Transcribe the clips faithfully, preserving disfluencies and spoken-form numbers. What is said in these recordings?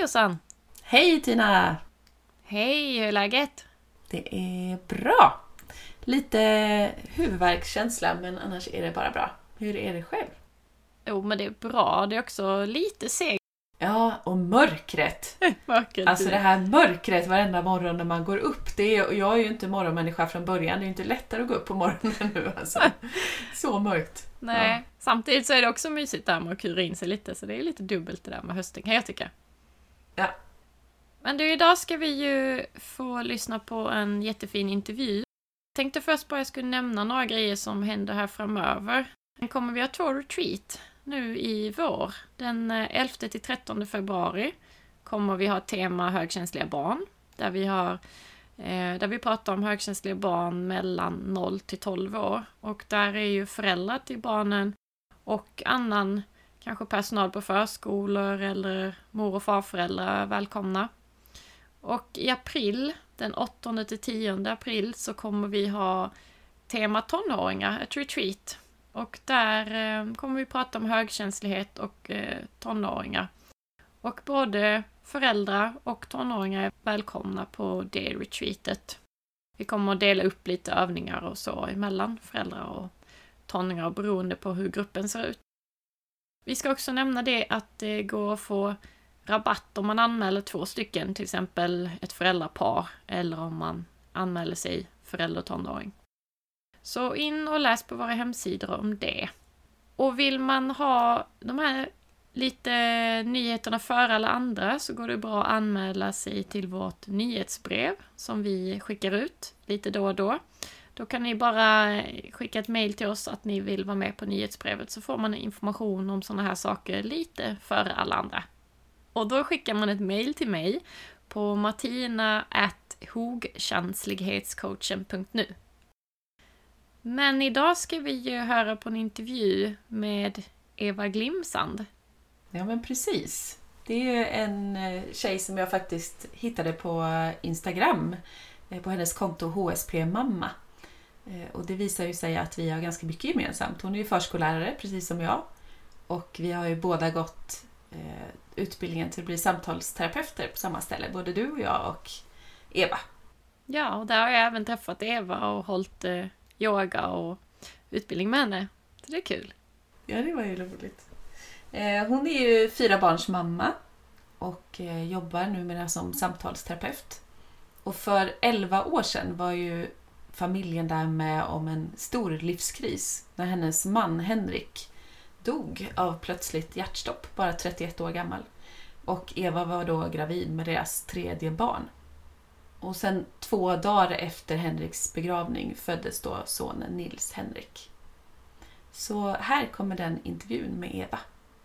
Susanne! Hej Tina! Hej, hur är läget? Det är bra. Lite huvudvärkskänsla, men annars är det bara bra. Hur är det själv? Jo, men det är bra. Det är också lite segt. Ja, och mörkret. Mörkret. Alltså det här mörkret varenda morgon när man går upp. Det är, och jag är ju inte morgonmänniska från början. Det är ju inte lättare att gå upp på morgonen nu. Alltså. Så mörkt. Nej, ja. Samtidigt så är det också mysigt där med att kura in sig lite. Så det är lite dubbelt det där med hösten, kan jag tycka. Ja. Men du, idag ska vi ju få lyssna på en jättefin intervju. Jag tänkte först bara jag skulle nämna några grejer som händer här framöver. Sen kommer vi ha två retreat nu i vår. Den elfte till trettonde februari kommer vi ha tema högkänsliga barn. Där vi, har, eh, där vi pratar om högkänsliga barn mellan noll till tolv år. Och där är ju föräldrar till barnen och annan kanske personal på förskolor eller mor- och farföräldrar välkomna. Och i april, den åttonde till tionde april, så kommer vi ha tema tonåringar, ett retreat. Och där eh, kommer vi prata om högkänslighet och eh, tonåringar. Och både föräldrar och tonåringar är välkomna på det retreatet. Vi kommer att dela upp lite övningar och så emellan föräldrar och tonåringar beroende på hur gruppen ser ut. Vi ska också nämna det att det går att få rabatt om man anmäler två stycken, till exempel ett föräldrapar, eller om man anmäler sig förälder och tonåring. Så in och läs på våra hemsidor om det. Och vill man ha de här lite nyheterna för alla andra så går det bra att anmäla sig till vårt nyhetsbrev som vi skickar ut lite då och då. Då kan ni bara skicka ett mejl till oss att ni vill vara med på nyhetsbrevet, så får man information om sådana här saker lite före alla andra. Och då skickar man ett mejl till mig på martina at hogkänslighetscoachen punkt nu. Men idag ska vi ju höra på en intervju med Eva Glimsand. Ja, men precis. Det är ju en tjej som jag faktiskt hittade på Instagram, på hennes konto H S P Mamma. Och det visar ju sig att vi har ganska mycket gemensamt. Hon är ju förskollärare, precis som jag. Och vi har ju båda gått eh, utbildningen till att bli samtalsterapeuter på samma ställe. Både du och jag och Eva. Ja, och där har jag även träffat Eva och hållit eh, yoga och utbildning med henne. Så det är kul. Ja, det var ju roligt. Eh, hon är ju fyra barns mamma och eh, jobbar numera som samtalsterapeut. Och för elva år sedan var ju familjen där med om en stor livskris när hennes man Henrik dog av plötsligt hjärtstopp, bara trettioett år gammal. Och Eva var då gravid med deras tredje barn. Och sen två dagar efter Henriks begravning föddes då sonen Nils Henrik. Så här kommer den intervjun med Eva.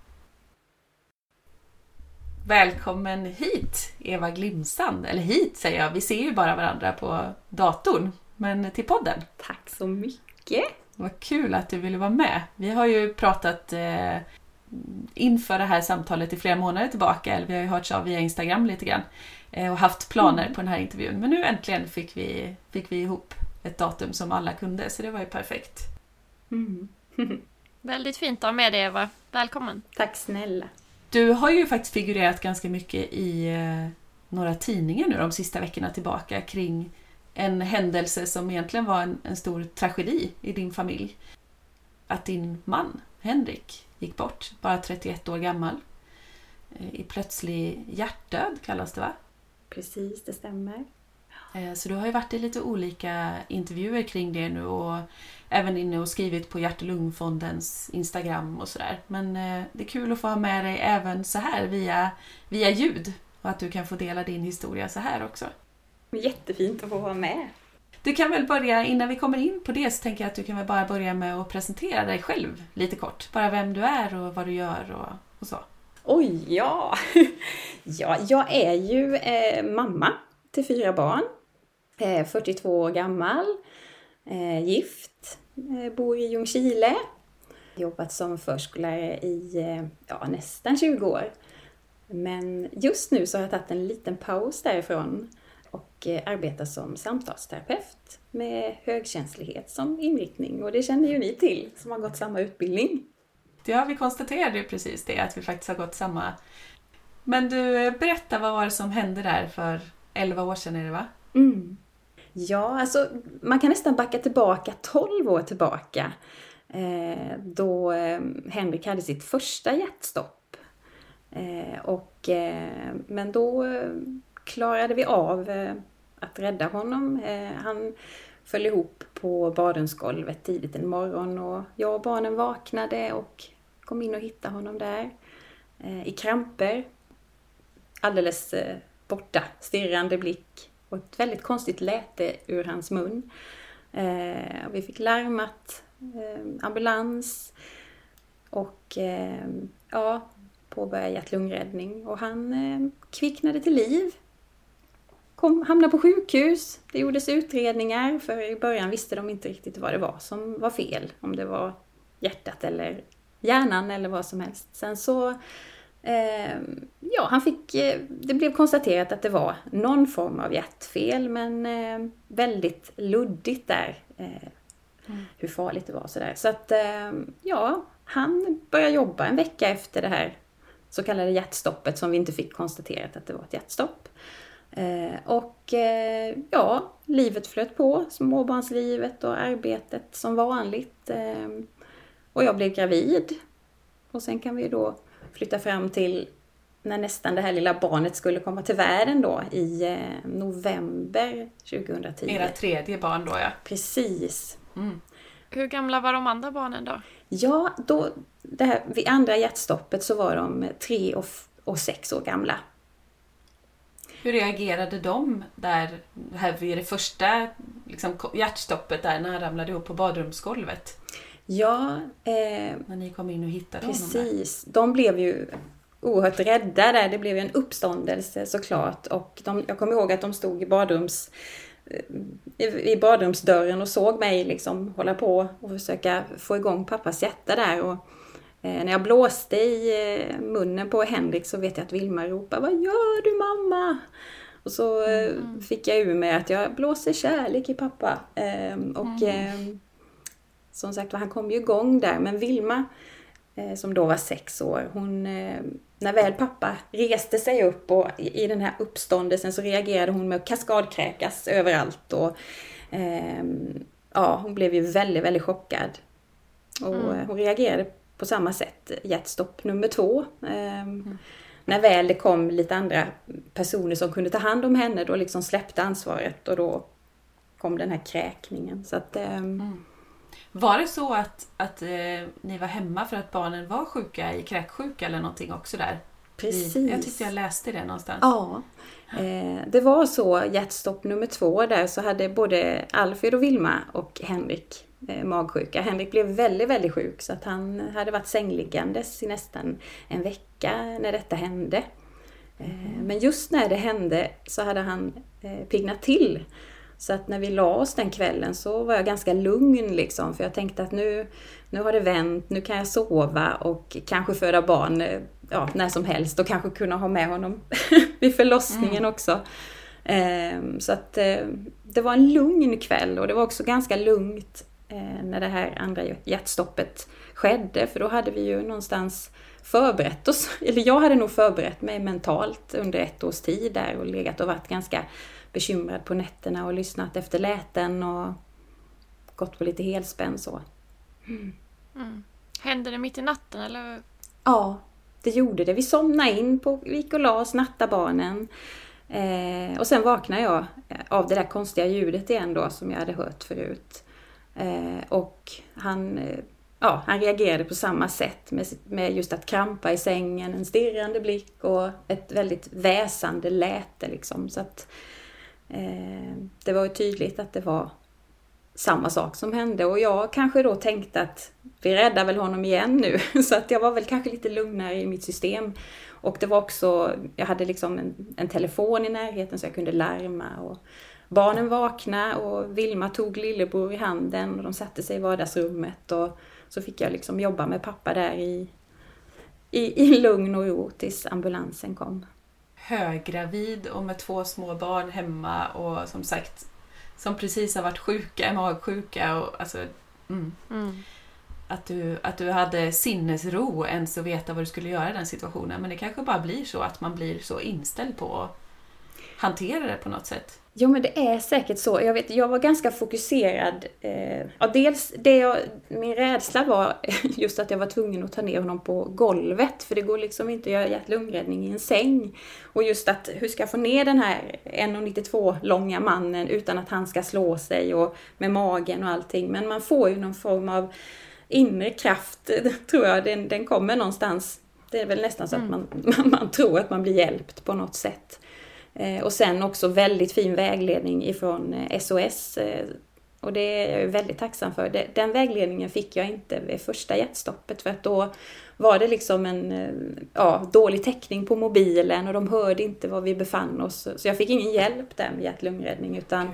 Välkommen hit, Eva Glimsand. Eller hit säger jag, vi ser ju bara varandra på datorn. Men till podden. Tack så mycket. Vad kul att du ville vara med. Vi har ju pratat eh, inför det här samtalet i flera månader tillbaka. Eller vi har ju hört av via Instagram lite grann. Eh, och haft planer mm. på den här intervjun. Men nu äntligen fick vi, fick vi ihop ett datum som alla kunde. Så det var ju perfekt. Mm. Väldigt fint att ha med dig, Eva. Välkommen. Tack snälla. Du har ju faktiskt figurerat ganska mycket i eh, några tidningar nu de sista veckorna tillbaka kring en händelse som egentligen var en, en stor tragedi i din familj. Att din man, Henrik, gick bort, bara trettioett år gammal. I plötslig hjärtdöd kallas det, va? Precis, det stämmer. Så du har ju varit i lite olika intervjuer kring det nu och även inne och skrivit på Hjärt- och lungfondens Instagram och sådär. Men det är kul att få ha med dig även så här via, via ljud och att du kan få dela din historia så här också. Jättefint att få vara med. Du kan väl börja, innan vi kommer in på det så tänker jag att du kan väl bara börja med att presentera dig själv lite kort. Bara vem du är och vad du gör och, och så. Oj, ja. ja, jag är ju eh, mamma till fyra barn. Eh, fyrtiotvå år gammal. Eh, gift. Eh, bor i Ljungskile. Jobbat som förskollärare i eh, ja, nästan tjugo år. Men just nu så har jag tagit en liten paus därifrån. Och arbetar som samtalsterapeut med högkänslighet som inriktning. Och det känner ju ni till som har gått samma utbildning. Ja, vi konstaterade ju precis det, att vi faktiskt har gått samma Men du, berätta, vad var det som hände där för elva år sedan är det, va? Mm. Ja, alltså man kan nästan backa tillbaka tolv år tillbaka. Eh, då eh, Henrik hade sitt första hjärtstopp. Eh, och, eh, men då eh, klarade vi av eh, att rädda honom. Eh, han föll ihop på badrumsgolvet tidigt en morgon och jag och barnen vaknade och kom in och hittade honom där. Eh, I kramper. Alldeles eh, borta, stirrande blick. Och ett väldigt konstigt läte ur hans mun. Eh, vi fick larmat eh, ambulans och eh, ja, påbörjade hjärt-lungräddning. Och han eh, kvicknade till liv. Kom, hamnade på sjukhus. Det gjordes utredningar, för i början visste de inte riktigt vad det var som var fel. Om det var hjärtat eller hjärnan eller vad som helst. Sen så Eh, ja, han fick, eh, det blev konstaterat att det var någon form av hjärtfel, men eh, väldigt luddigt där eh, mm. hur farligt det var. Sådär. Så att eh, ja, han började jobba en vecka efter det här så kallade hjärtstoppet, som vi inte fick konstaterat att det var ett hjärtstopp. Eh, och eh, ja, livet flöt på, småbarnslivet och arbetet som vanligt. Eh, och jag blev gravid. Och sen kan vi då flytta fram till när nästan det här lilla barnet skulle komma till världen då i eh, november tjugohundratio. Era tredje barn då, ja. Precis. Mm. Hur gamla var de andra barnen då? Ja, då, det här, vid andra hjärtstoppet så var de tre och, och sex år gamla. Hur reagerade de där, här vid det första liksom, hjärtstoppet där när han ramlade upp på badrumsgolvet? Ja, eh, när ni kom in och hittade precis. honom Precis. De blev ju oerhört rädda där. Det blev ju en uppståndelse såklart. Och de, jag kommer ihåg att de stod i badrums i, i badrumsdörren och såg mig liksom hålla på och försöka få igång pappas hjärta där. Och eh, när jag blåste i eh, munnen på Henrik så vet jag att Vilma ropade: "Vad gör du, mamma?" Och så eh, mm. fick jag ur mig att jag blåser kärlek i pappa. Eh, och mm. eh, som sagt, han kom ju igång där. Men Vilma, eh, som då var sex år, hon, eh, när väl pappa reste sig upp och i, i den här uppståndelsen så reagerade hon med att kaskadkräkas överallt. Och, eh, ja, hon blev ju väldigt, väldigt chockad. Och mm. hon reagerade på samma sätt. Hjärtstopp nummer två. Eh, mm. När väl det kom lite andra personer som kunde ta hand om henne, då liksom släppte ansvaret och då kom den här kräkningen. Så att... Eh, mm. Var det så att, att eh, ni var hemma för att barnen var sjuka i kräksjuka eller någonting också där? Precis. I, jag tyckte jag läste det någonstans. Ja, eh, det var så. Hjärtstopp nummer två där så hade både Alfred och Vilma och Henrik eh, magsjuka. Henrik blev väldigt, väldigt sjuk så att han hade varit sängliggandes i nästan en vecka när detta hände. Eh, mm. Men just när det hände så hade han eh, piggnat till. Så att när vi la oss den kvällen så var jag ganska lugn liksom. För jag tänkte att nu, nu har det vänt, nu kan jag sova och kanske föda barn ja, när som helst. Och kanske kunna ha med honom vid förlossningen mm. också. Eh, så att eh, det var en lugn kväll och det var också ganska lugnt eh, när det här andra hjärtstoppet skedde. För då hade vi ju någonstans förberett oss, eller jag hade nog förberett mig mentalt under ett års tid där och legat och varit ganska bekymrad på nätterna och lyssnat efter läten och gått på lite helspänn så. Mm. Mm. Hände det mitt i natten eller? Ja, det gjorde det. Vi somnade in, på, vi gick och la oss, natta barnen. Eh, och sen vaknade jag av det där konstiga ljudet igen då som jag hade hört förut. Eh, och han, ja, han reagerade på samma sätt med, med just att krampa i sängen, en stirrande blick och ett väldigt väsande läte liksom. Så att eh, det var ju tydligt att det var samma sak som hände. Och jag kanske då tänkte att vi räddar väl honom igen nu. Så att jag var väl kanske lite lugnare i mitt system. Och det var också, jag hade liksom en, en telefon i närheten så jag kunde larma. Och barnen vaknade och Vilma tog lillebror i handen och de satte sig i vardagsrummet. Och så fick jag liksom jobba med pappa där i, i, i lugn och ro tills ambulansen kom. Höggravid och med två små barn hemma och som sagt som precis har varit sjuka, magsjuka och alltså mm. Mm. att du, att du hade sinnesro ens att veta vad du skulle göra i den situationen. Men det kanske bara blir så att man blir så inställd på att hantera det på något sätt. Jo, men det är säkert så. Jag vet, jag var ganska fokuserad. Eh, ja, dels det jag, min rädsla var just att jag var tvungen att ta ner honom på golvet. För det går liksom inte att göra hjärt-lungräddning i en säng. Och just att hur ska jag få ner den här en komma nittiotvå långa mannen utan att han ska slå sig och med magen och allting. Men man får ju någon form av inre kraft, tror jag. Den, den kommer någonstans. Det är väl nästan så mm. att man, man tror att man blir hjälpt på något sätt. Och sen också väldigt fin vägledning ifrån S O S. Och det är jag väldigt tacksam för. Den vägledningen fick jag inte vid första hjärtstoppet. För att då var det liksom en ja, dålig täckning på mobilen. Och de hörde inte var vi befann oss. Så jag fick ingen hjälp där med hjärt-lungräddning. Utan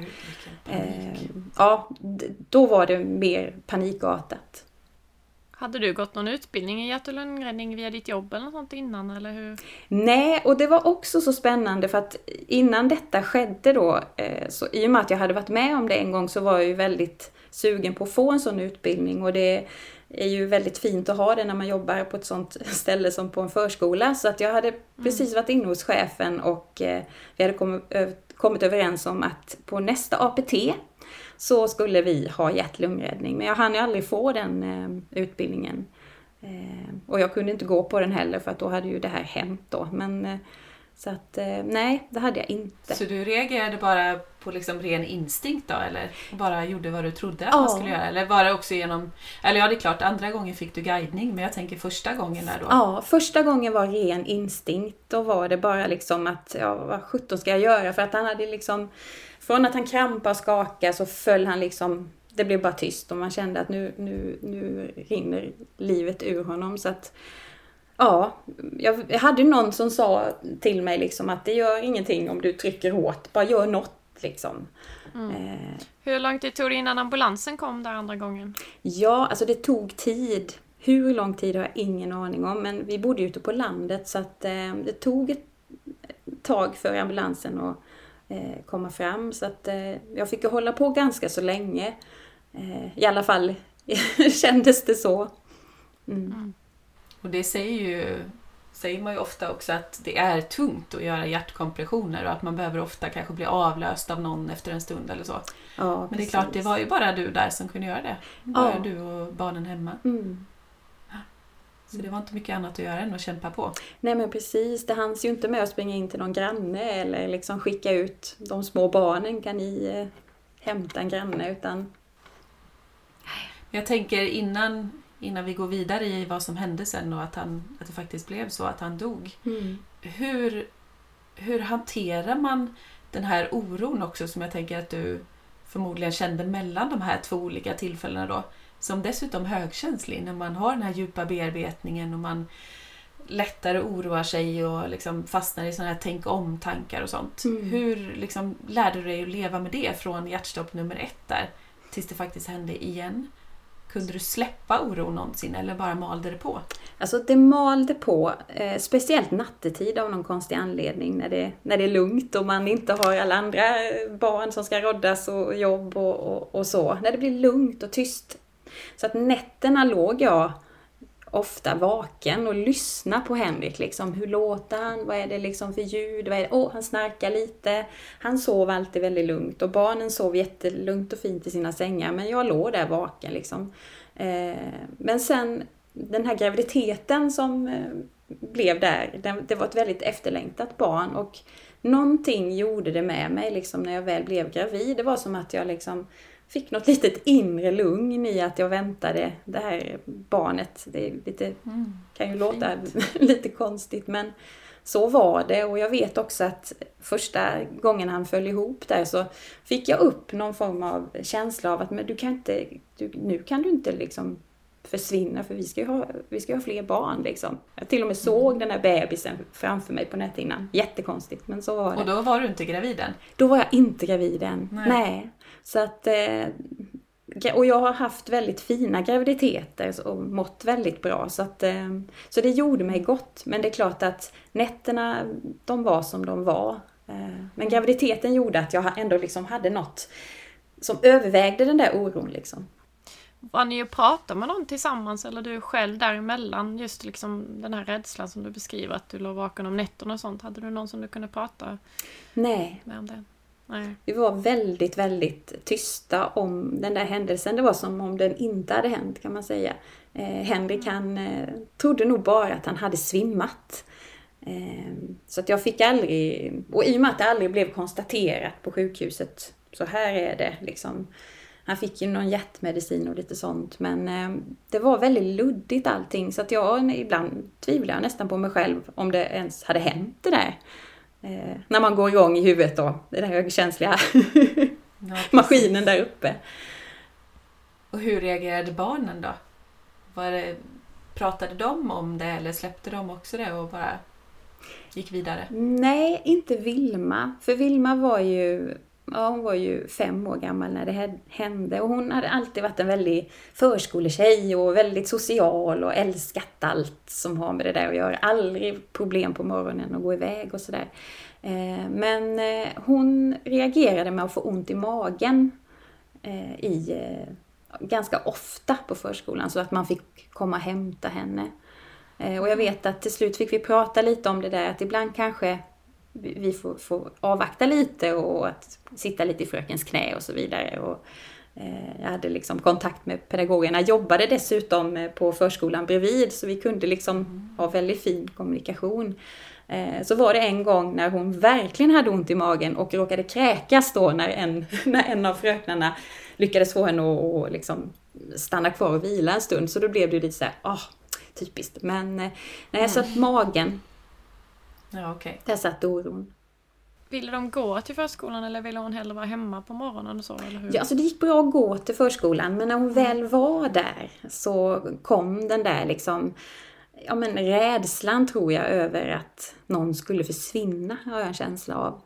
eh, ja, då var det mer panikartat. Hade du gått någon utbildning i hjärt- och lungräddning via ditt jobb eller något sånt innan, eller hur? Nej, och det var också så spännande för att innan detta skedde då, så i och med att jag hade varit med om det en gång så var jag ju väldigt sugen på att få en sån utbildning. Och det är ju väldigt fint att ha det när man jobbar på ett sånt ställe som på en förskola. Så att jag hade precis varit inne hos chefen och vi hade kommit, kommit överens om att på nästa A P T så skulle vi ha hjärt-lungräddning. Men jag hann ju aldrig få den eh, utbildningen. Eh, och jag kunde inte gå på den heller för att då hade ju det här hänt då. Men, eh, så att eh, nej, det hade jag inte. Så du reagerade bara på liksom ren instinkt då? Eller bara gjorde vad du trodde att ja. man skulle göra? Eller var det också genom... Eller ja, det är klart, andra gången fick du guidning. Men jag tänker första gången där då? Ja, första gången var ren instinkt. Då var det bara liksom att, ja, vad sjutton ska jag göra? För att han hade liksom... Från att han krampade och skakade så föll han liksom, det blev bara tyst och man kände att nu, nu, nu rinner livet ur honom. Så att, ja, jag hade någon som sa till mig liksom att det gör ingenting om du trycker hårt, bara gör något liksom. Mm. Eh. Hur lång tid tog det innan ambulansen kom där andra gången? Ja, alltså det tog tid. Hur lång tid har jag ingen aning om, men vi bodde ute på landet så att eh, det tog ett tag för ambulansen att komma fram. Så att eh, jag fick hålla på ganska så länge. Eh, I alla fall kändes det så. Mm. Mm. Och det säger ju säger man ju ofta också att det är tungt att göra hjärtkompressioner och att man behöver ofta kanske bli avlöst av någon efter en stund eller så. Ja, men det är klart, det var ju bara du där som kunde göra det. Bara ja. Du och barnen hemma. Mm. Så det var inte mycket annat att göra än att kämpa på. Nej men precis, det hanns ju inte med att springa in till någon granne eller liksom skicka ut de små barnen, kan ni eh, hämta en granne, utan... Jag tänker innan, innan vi går vidare i vad som hände sen och att, han, att det faktiskt blev så att han dog. Mm. Hur, hur hanterar man den här oron också som jag tänker att du förmodligen kände mellan de här två olika tillfällena då? Som dessutom högkänslig när man har den här djupa bearbetningen och man lättare oroar sig och liksom fastnar i sådana här tänk om-tankar och sånt. Mm. Hur liksom lärde du dig att leva med det från hjärtstopp nummer ett där tills det faktiskt hände igen? Kunde du släppa oro någonsin eller bara malde det på? Alltså det malde på, eh, speciellt nattetid av någon konstig anledning när det, när det är lugnt och man inte har alla andra barn som ska roddas och jobb och, och, och så. När det blir lugnt och tyst. Så att nätterna låg jag ofta vaken och lyssna på Henrik. Liksom. Hur låter han? Vad är det liksom för ljud? Vad är det? Oh, han snarkar lite. Han sov alltid väldigt lugnt. Och barnen sov jättelugnt och fint i sina sängar. Men jag låg där vaken. Liksom. Eh, men sen den här graviditeten som eh, blev där. Den, det var ett väldigt efterlängtat barn. Och någonting gjorde det med mig liksom, när jag väl blev gravid. Det var som att jag liksom... fick något litet inre lugn i att jag väntade det här barnet. Det är lite, mm, kan ju låta lite konstigt, men så var det. Och jag vet också att första gången han föll ihop där så fick jag upp någon form av känsla av att men du kan inte, du, nu kan du inte liksom försvinna för vi ska ju ha, vi ska ju ha fler barn liksom. Jag till och med såg mm. den här bebisen framför mig på näthinnan. Jättekonstigt, men så var det. Och då var du inte gravid än? Då var jag inte gravid än. Nej. Nej. Så att, och jag har haft väldigt fina graviditeter och mått väldigt bra. Så, att, så det gjorde mig gott. Men det är klart att nätterna, de var som de var. Men graviditeten gjorde att jag ändå liksom hade något som övervägde den där oron. Liksom. Var ni och pratade med någon tillsammans eller du själv däremellan? Just liksom den här rädslan som du beskriver, att du låg vaken om nätterna och sånt. Hade du någon som du kunde prata Nej. med om det? Nej. Vi var väldigt, väldigt tysta om den där händelsen. Det var som om den inte hade hänt, kan man säga. Eh, Henrik han eh, trodde nog bara att han hade svimmat. Eh, så att jag fick aldrig, och i och med att det aldrig blev konstaterat på sjukhuset, så här är det liksom. Han fick ju någon hjärtmedicin och lite sånt, men eh, det var väldigt luddigt allting. Så att jag ibland tvivlar jag nästan på mig själv om det ens hade hänt det där. Eh, när man går igång i huvudet då, det där högkänsliga ja, maskinen där uppe. Och hur reagerade barnen då? Var det, pratade de om det eller släppte de också det och bara gick vidare? Nej, inte Vilma. För Vilma var ju, ja, hon var ju fem år gammal när det hände. Och hon hade alltid varit en väldigt förskoletjej och väldigt social och älskat allt som har med det där att göra. Aldrig problem på morgonen och gå iväg och sådär. Men hon reagerade med att få ont i magen i, ganska ofta på förskolan, så att man fick komma och hämta henne. Och jag vet att till slut fick vi prata lite om det där, att ibland kanske vi får, får avvakta lite och att sitta lite i frökens knä och så vidare. Och jag hade liksom kontakt med pedagogerna, jobbade dessutom på förskolan bredvid, så vi kunde liksom ha väldigt fin kommunikation. Så var det en gång när hon verkligen hade ont i magen och råkade kräkas då, när en, när en av fröknarna lyckades få henne att och liksom stanna kvar och vila en stund. Så då blev det lite så här, ah, typiskt. Men när jag mm. satt magen, ja, okay. där satt oron. Ville de gå till förskolan eller ville hon hellre vara hemma på morgonen och så, eller hur? Ja, alltså det gick bra att gå till förskolan, men när hon väl var där så kom den där liksom, ja men rädslan tror jag över att någon skulle försvinna, har jag en känsla av.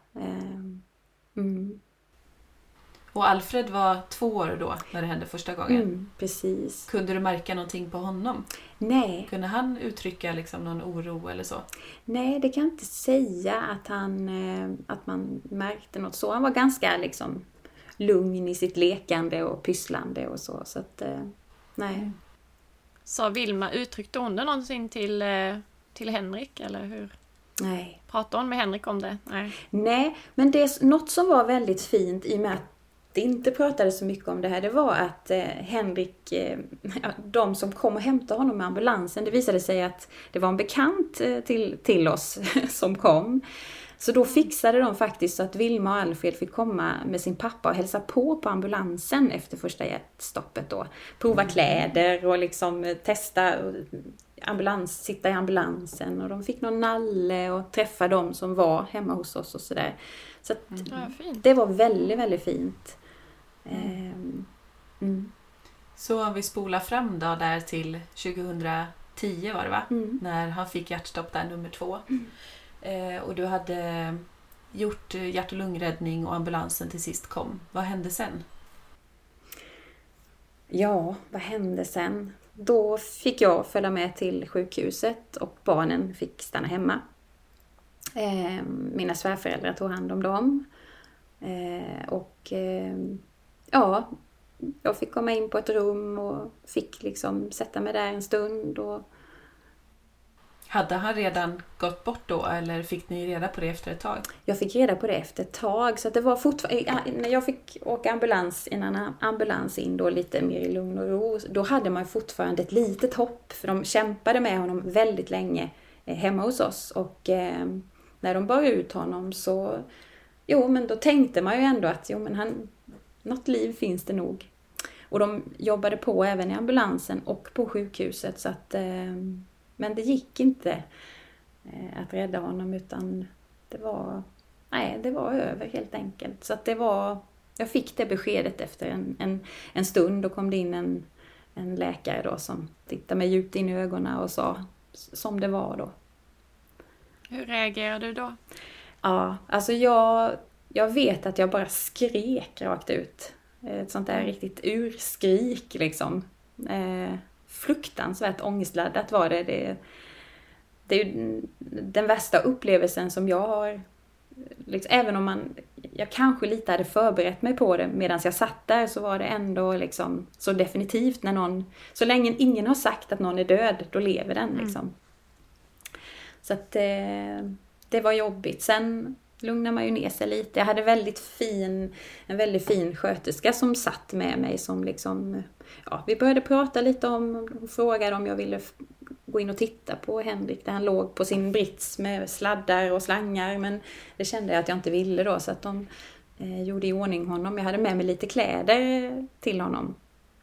Mm. Och Alfred var två år då när det hände första gången? Mm, precis. Kunde du märka någonting på honom? Nej. Kunde han uttrycka liksom någon oro eller så? Nej, det kan jag inte säga att, han, att man märkte något så. Han var ganska liksom lugn i sitt lekande och pysslande och så. Så att, nej. Mm. Sa Vilma, uttryckte hon det någonsin till, till Henrik, eller hur? Nej. Pratade hon med Henrik om det? Nej. Nej, men det är något som var väldigt fint i och med att det inte pratade så mycket om det här. Det var att eh, Henrik, eh, de som kom och hämtade honom med ambulansen, det visade sig att det var en bekant eh, till, till oss som kom. Så då fixade de faktiskt så att Vilma och Alfred fick komma med sin pappa och hälsa på på ambulansen efter första hjärtstoppet då. Prova kläder och liksom testa ambulans, sitta i ambulansen, och de fick någon nalle och träffa dem som var hemma hos oss och sådär. Så att mm. det var väldigt, väldigt fint. Mm. Mm. Så om vi spolar fram då där till tjugohundratio var det va? Mm. När han fick hjärtstopp där nummer två. Mm. Eh, och du hade gjort hjärt- och lungräddning och ambulansen till sist kom. Vad hände sen? Ja, vad hände sen? Då fick jag följa med till sjukhuset och barnen fick stanna hemma. Eh, mina svärföräldrar tog hand om dem. Eh, och eh, ja, jag fick komma in på ett rum och fick liksom sätta mig där en stund. Och... Hade han redan gått bort då, eller fick ni reda på det efter ett tag? Jag fick reda på det efter ett tag, så att det var fortfarande, när jag fick åka ambulans, en annan ambulans in då lite mer i lugn och ro, då hade man fortfarande ett litet hopp, för de kämpade med honom väldigt länge hemma hos oss, och eh, när de bar ut honom så, jo men då tänkte man ju ändå att jo men han, något liv finns det nog. Och de jobbade på även i ambulansen och på sjukhuset, så att eh, men det gick inte eh, att rädda honom, utan det var, nej, det var över helt enkelt. Så att det var, jag fick det beskedet efter en, en, en stund. Då kom det in en, en läkare då som tittade mig djupt in i ögonen och sa som det var då. Hur reagerade du då? Ja, alltså jag, jag vet att jag bara skrek rakt ut. Ett sånt där riktigt urskrik liksom. Eh, fruktansvärt ångestladdat var det. Det, det är ju den värsta upplevelsen som jag har. Liksom, även om man jag kanske lite hade förberett mig på det medan jag satt där, så var det ändå liksom så definitivt när någon, så länge ingen har sagt att någon är död, då lever den liksom. Mm. Så att eh, det var jobbigt. Sen lugnade man ju ner sig lite. Jag hade väldigt fin, en väldigt fin sköterska som satt med mig, som liksom, ja, vi började prata lite om, och frågade om jag ville gå in och titta på Henrik där han låg på sin brits med sladdar och slangar, men det kände jag att jag inte ville då, så att de eh, gjorde i ordning honom. Jag hade med mig lite kläder till honom,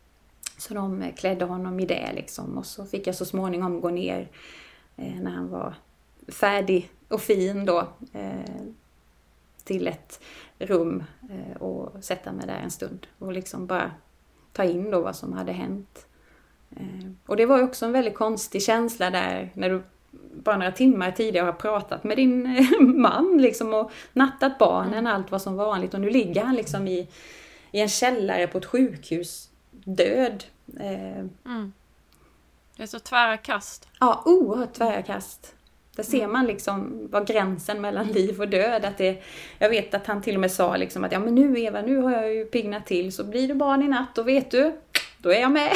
så de klädde honom i det liksom, och så fick jag så småningom gå ner eh, när han var färdig och fin då eh, till ett rum eh, och sätta mig där en stund och liksom bara ta in då vad som hade hänt. Eh, och det var ju också en väldigt konstig känsla där när du bara några timmar tidigare har pratat med din eh, man liksom och nattat barnen, mm. allt var som vanligt, och nu ligger han liksom i, i en källare på ett sjukhus död. Eh, mm. Det är så tvära kast. Ja, oerhört tvära kast. Där ser man liksom vad gränsen mellan liv och död. Att det, jag vet att han till och med sa liksom att ja, men nu Eva, nu har jag ju pignat till, så blir det barn i natt, och vet du, då är jag med.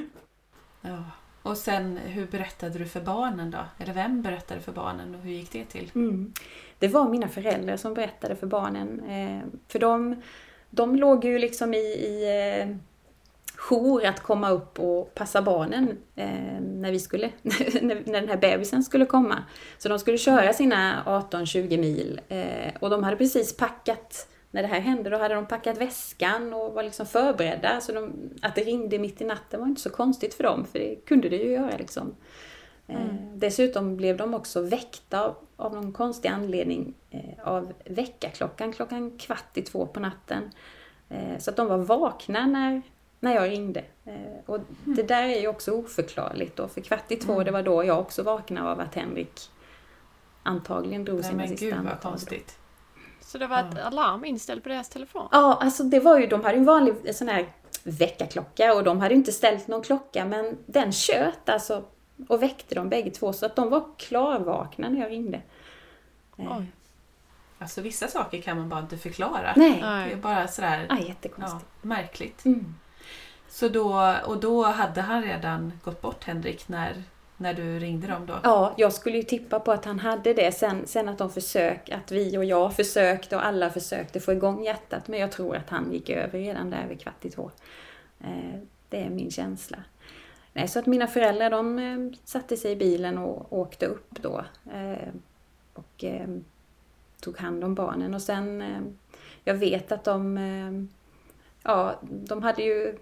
Ja. Och sen, hur berättade du för barnen då? Eller vem berättade för barnen och hur gick det till? Mm. Det var mina föräldrar som berättade för barnen. Eh, för de, de låg ju liksom i... i eh, jour att komma upp och passa barnen eh, när vi skulle när, när den här bebisen skulle komma. Så de skulle köra sina arton tjugo mil eh, och de hade precis packat, när det här hände, då hade de packat väskan och var liksom förberedda. Så de, att det ringde mitt i natten var inte så konstigt för dem, för det kunde det ju göra liksom. Eh, mm. Dessutom blev de också väckta av, av någon konstig anledning eh, av väckarklockan klockan kvart i två på natten. Eh, så att de var vakna när när jag ringde. Eh, och det där är ju också oförklarligt då. För kvart i två, mm. det var då jag också vaknade av att Henrik antagligen drog Nej, sina men sista gud, andetag. vad konstigt. Så det var ett ja. alarm inställt på deras telefon? Ja, alltså det var ju, de hade ju en vanlig sån här väckarklocka, och de hade inte ställt någon klocka, men den kött alltså och väckte dem bägge två, så att de var klarvakna när jag ringde. Eh. Oj. Alltså vissa saker kan man bara inte förklara. Nej. Det är bara sådär ja, jättekonstigt. Ja, märkligt. Mm. Så då, och då hade han redan gått bort, Henrik, när, när du ringde dem då? Ja, jag skulle ju tippa på att han hade det. Sen, sen att de försök, att vi och jag försökte och alla försökte få igång hjärtat. Men jag tror att han gick över redan där vid kvart i två. Eh, det är min känsla. Nej, så att mina föräldrar, de eh, satte sig i bilen och åkte upp då. Eh, och eh, tog hand om barnen. Och sen, eh, jag vet att de, eh, ja, de hade ju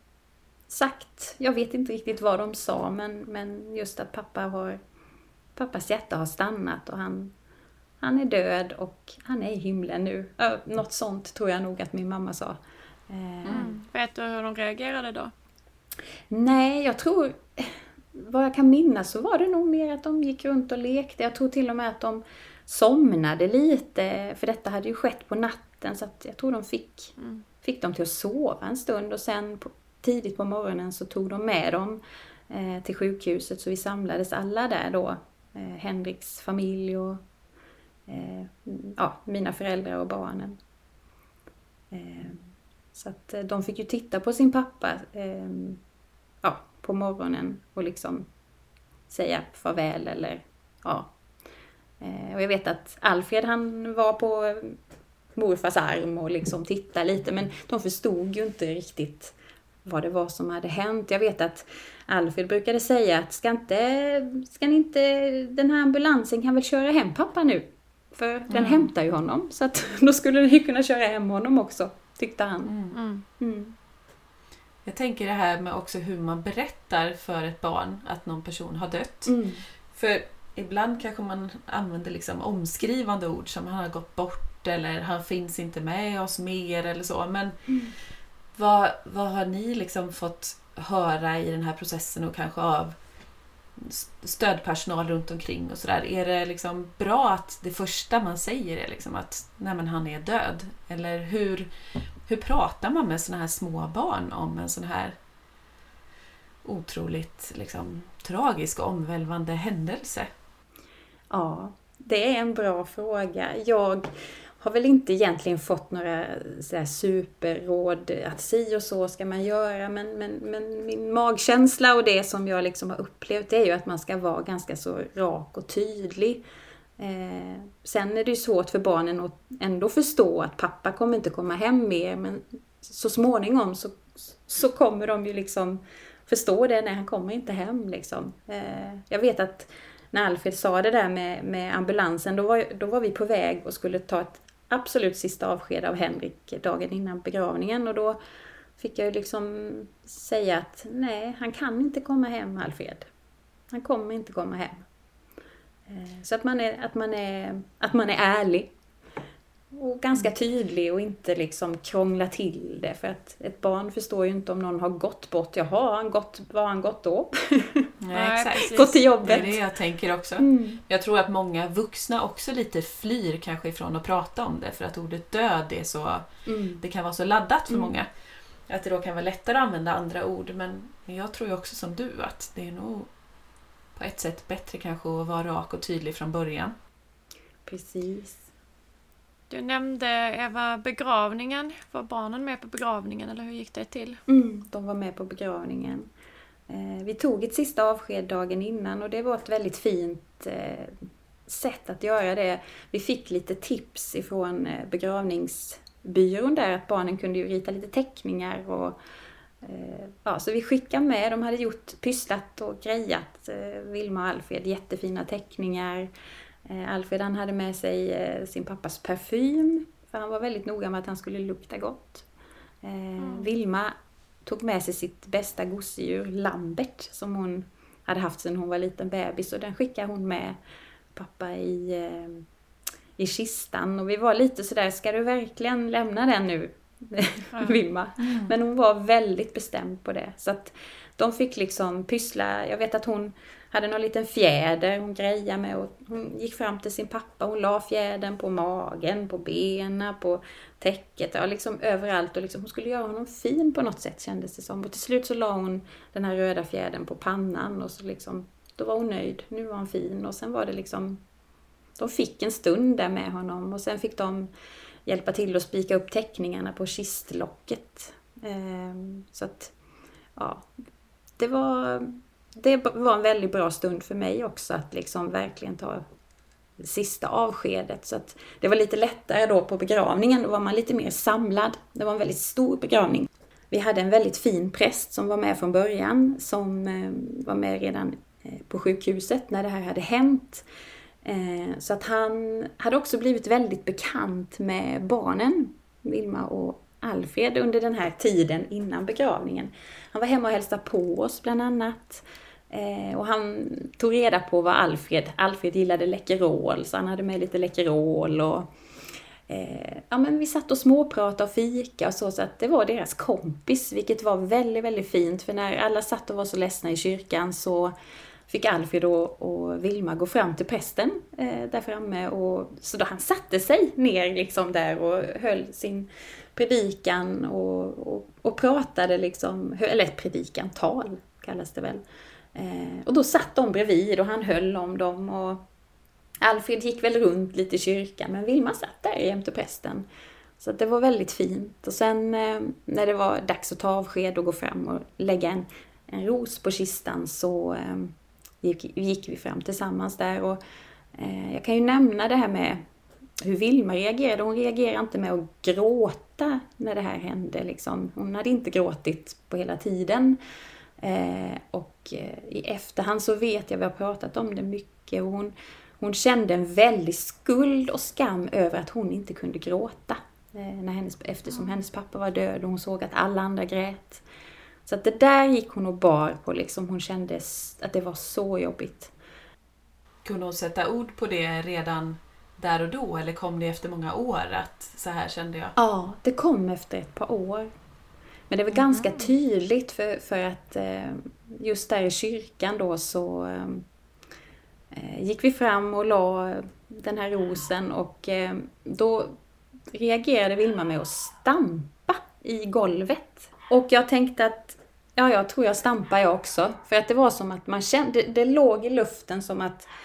sagt, jag vet inte riktigt vad de sa, men, men just att pappa har, pappas hjärta har stannat och han, han är död och han är i himlen nu. Äh, något sånt tror jag nog att min mamma sa. Mm. Vet du hur de reagerade då? Nej, jag tror, vad jag kan minnas så var det nog mer att de gick runt och lekte. Jag tror till och med att de somnade lite, för detta hade ju skett på natten, så att jag tror de fick, mm. fick dem till att sova en stund, och sen på, tidigt på morgonen så tog de med dem eh, till sjukhuset, så vi samlades alla där då, eh, Henriks familj och eh, ja, mina föräldrar och barnen. Eh, så att eh, de fick ju titta på sin pappa eh, ja, på morgonen och liksom säga farväl eller ja. Eh, och jag vet att Alfred, han var på morfars arm och liksom tittade lite, men de förstod ju inte riktigt vad det var som hade hänt. Jag vet att Alfred brukade säga att ska inte, ska ni inte, den här ambulansen kan väl köra hem pappa nu? För mm. den hämtar ju honom, så att då skulle ni kunna köra hem honom också, tyckte han. Mm. Mm. Jag tänker det här med också hur man berättar för ett barn att någon person har dött. Mm. För ibland kanske man använder liksom omskrivande ord som han har gått bort eller han finns inte med oss mer eller så. Men mm. vad, vad har ni liksom fått höra i den här processen och kanske av stödpersonal runt omkring och sådär? Är det liksom bra att det första man säger är liksom att nej men han är död? Eller hur, hur pratar man med såna här små barn om en sån här otroligt liksom tragisk och omvälvande händelse? Ja, det är en bra fråga. Jag, har väl inte egentligen fått några så här superråd att si och så ska man göra. Men, men, men min magkänsla och det som jag liksom har upplevt, det är ju att man ska vara ganska så rak och tydlig. Eh, sen är det ju svårt för barnen att ändå förstå att pappa kommer inte komma hem mer. Men så småningom så, så kommer de ju liksom förstå det när han kommer inte hem. Liksom. Eh, jag vet att när Alfred sa det där med, med ambulansen, då var, då var vi på väg och skulle ta ett absolut sista avsked av Henrik dagen innan begravningen. Och då fick jag ju liksom säga att nej, han kan inte komma hem, Alfred. Han kommer inte komma hem. Så att man är, att man är, att man är ärlig och ganska tydlig och inte liksom krångla till det. För att ett barn förstår ju inte om någon har gått bort. Jaha, han gått, var han gått då? Nej, exakt. Gått till jobbet. Det är det jag tänker också. Mm. Jag tror att många vuxna också lite flyr kanske ifrån att prata om det. För att ordet död är så, mm. det kan vara så laddat för mm. många. Att det då kan vara lättare att använda andra ord. Men jag tror ju också som du att det är nog på ett sätt bättre kanske att vara rak och tydlig från början. Precis. Du nämnde, Eva, begravningen. Var barnen med på begravningen eller hur gick det till? Mm, de var med på begravningen. Eh, vi tog ett sista avsked dagen innan och det var ett väldigt fint eh, sätt att göra det. Vi fick lite tips ifrån eh, begravningsbyrån där att barnen kunde ju rita lite teckningar och ja, så vi skickade med, de hade gjort pysslat och grejat, Vilma och Alfred, jättefina teckningar. Alfred han hade med sig sin pappas parfym, för han var väldigt noga med att han skulle lukta gott. Mm. Vilma tog med sig sitt bästa gosedjur, Lambert, som hon hade haft sedan hon var liten bebis, och den skickade hon med pappa i, i kistan. Och vi var lite sådär, ska du verkligen lämna den nu? Vilma. Mm. Men hon var väldigt bestämd på det. Så att de fick liksom pyssla. Jag vet att hon hade någon liten fjäder hon grejade med. Och hon gick fram till sin pappa. Hon la fjädern på magen, på benen, på täcket. Ja, liksom överallt. Och liksom, hon skulle göra honom fin på något sätt, kändes det som. Och till slut så la hon den här röda fjädern på pannan. Och så liksom, då var hon nöjd. Nu var han fin. Och sen var det liksom, de fick en stund där med honom. Och sen fick de hjälpa till att spika upp teckningarna på kistlocket. Så att, ja, det var, det var en väldigt bra stund för mig också att liksom verkligen ta det sista avskedet. Så att det var lite lättare då på begravningen, då var man lite mer samlad. Det var en väldigt stor begravning. Vi hade en väldigt fin präst som var med från början, som var med redan på sjukhuset när det här hade hänt. Så att han hade också blivit väldigt bekant med barnen, Vilma och Alfred, under den här tiden innan begravningen. Han var hemma och hälsade på oss bland annat. Och han tog reda på vad Alfred, Alfred gillade Läkerol, så han hade med lite Läkerol. Och, ja, men vi satt och småpratade och fika och så, så att det var deras kompis, vilket var väldigt, väldigt fint. För när alla satt och var så ledsna i kyrkan så fick Alfred och, och Vilma gå fram till prästen eh, där framme. Och, så då han satte sig ner liksom där och höll sin predikan och, och, och pratade liksom, eller ett predikan, tal kallas det väl. Eh, och då satt de bredvid och han höll om dem. Och Alfred gick väl runt lite i kyrkan, men Vilma satt där jämte prästen. Så att det var väldigt fint. Och sen eh, när det var dags att ta avsked och gå fram och lägga en, en ros på kistan så Eh, Gick, gick vi fram tillsammans där. Och eh, jag kan ju nämna det här med hur Vilma reagerade. Hon reagerade inte med att gråta när det här hände. Liksom. Hon hade inte gråtit på hela tiden. Eh, och eh, i efterhand så vet jag, vi har pratat om det mycket. Och hon, hon kände en väldig skuld och skam över att hon inte kunde gråta. Eh, när hennes, eftersom hennes pappa var död och hon såg att alla andra grät. Så att det där gick hon och bar på. Liksom. Hon kände att det var så jobbigt. Kunde hon sätta ord på det redan där och då? Eller kom det efter många år att så här kände jag? Ja, det kom efter ett par år. Men det var mm. ganska tydligt för, för att just där i kyrkan då så eh, gick vi fram och la den här rosen. Och eh, då reagerade Vilma med att stampa i golvet. Och jag tänkte att ja, jag tror jag stampar jag också. För att det var som att man kände, det, det låg i luften som att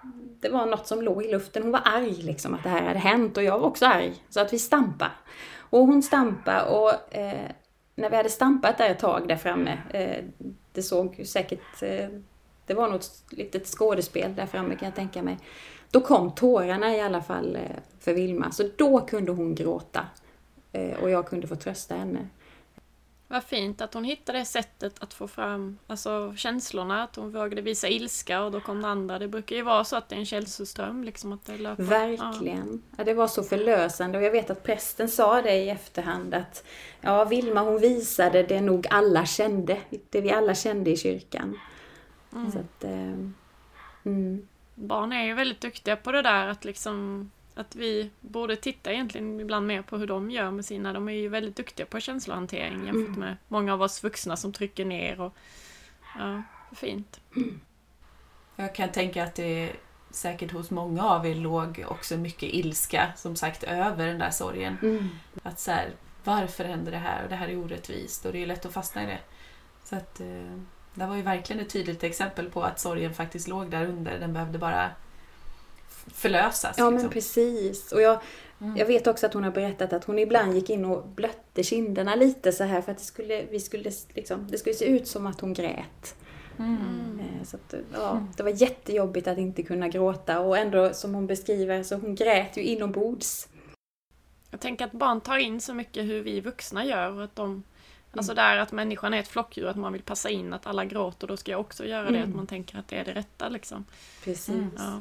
det var något som låg i luften. Hon var arg liksom att det här hade hänt och jag var också arg. Så att vi stampade. Och hon stampade och eh, när vi hade stampat där ett tag där framme, eh, det såg ju säkert, eh, det var något litet skådespel där framme kan jag tänka mig. Då kom tårarna i alla fall eh, för Vilma. Så då kunde hon gråta eh, och jag kunde få trösta henne. Vad fint att hon hittade det sättet att få fram alltså, känslorna, att hon vågade visa ilska och då kom det andra. Det brukar ju vara så att det är en känsloström. Liksom, att det löper. Verkligen. Ja. Ja, det var så förlösande och jag vet att prästen sa det i efterhand att ja, Vilma hon visade det nog alla kände, det vi alla kände i kyrkan. Mm. Så att, eh, mm. Barn är ju väldigt duktiga på det där att liksom att vi borde titta egentligen ibland mer på hur de gör med sina. De är ju väldigt duktiga på känslohantering jämfört mm. med många av oss vuxna som trycker ner. Och, ja, fint. Mm. Jag kan tänka att det säkert hos många av er låg också mycket ilska som sagt över den där sorgen. Mm. Att så här, varför händer det här? Och det här är orättvist och det är lätt att fastna i det. Så att eh, det var ju verkligen ett tydligt exempel på att sorgen faktiskt låg där under. Den behövde bara förlösas. Ja, liksom. Men precis. Och jag, mm. jag vet också att hon har berättat att hon ibland gick in och blötte kinderna lite så här för att det skulle, vi skulle, liksom, det skulle se ut som att hon grät. Mm. Så att, ja, det var jättejobbigt att inte kunna gråta och ändå som hon beskriver så hon grät ju inombords. Jag tänker att barn tar in så mycket hur vi vuxna gör och att de mm. alltså där att människan är ett flockdjur, att man vill passa in att alla gråter, då ska jag också göra det, mm. att man tänker att det är det rätta liksom. Precis. Mm. Ja.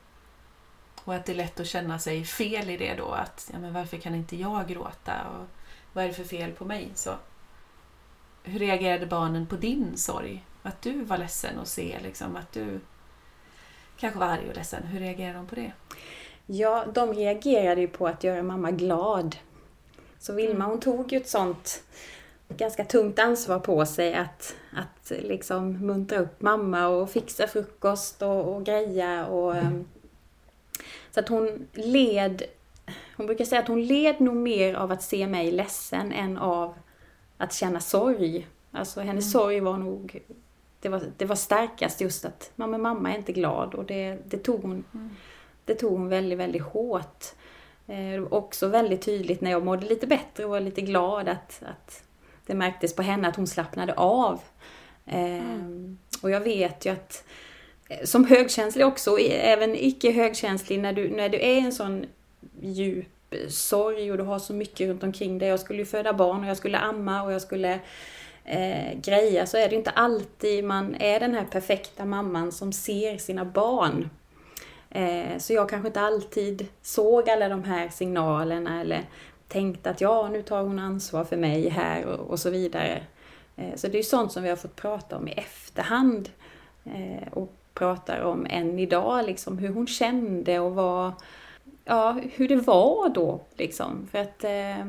Och att det är lätt att känna sig fel i det då. Att ja, men varför kan inte jag gråta? Och vad är det för fel på mig? Så, hur reagerade barnen på din sorg? Att du var ledsen och se liksom, att du kanske var arg och ledsen. Hur reagerade de på det? Ja, de reagerade ju på att göra mamma glad. Så Vilma hon tog ju ett sånt ganska tungt ansvar på sig att, att liksom muntra upp mamma och fixa frukost och, och greja och mm. Så att hon led, hon brukar säga att hon led nog mer av att se mig ledsen än av att känna sorg. Alltså hennes mm. sorg var nog, det var, det var starkast just att mamma, mamma är inte glad och det, det, tog, hon, mm. det tog hon väldigt, väldigt hårt. Eh, också väldigt tydligt när jag mådde lite bättre och var lite glad att, att det märktes på henne att hon slappnade av. Eh, mm. Och jag vet ju att som högkänslig också, även icke högkänslig, när du, när du är en sån djup sorg och du har så mycket runt omkring dig. Jag skulle ju föda barn och jag skulle amma och jag skulle eh, greja, så är det inte alltid man är den här perfekta mamman som ser sina barn. Eh, så jag kanske inte alltid såg alla de här signalerna eller tänkte att ja, nu tar hon ansvar för mig här och, och så vidare. Eh, så det är ju sånt som vi har fått prata om i efterhand eh, och pratar om än idag, liksom, hur hon kände och vad, ja, hur det var då. Liksom. För att eh,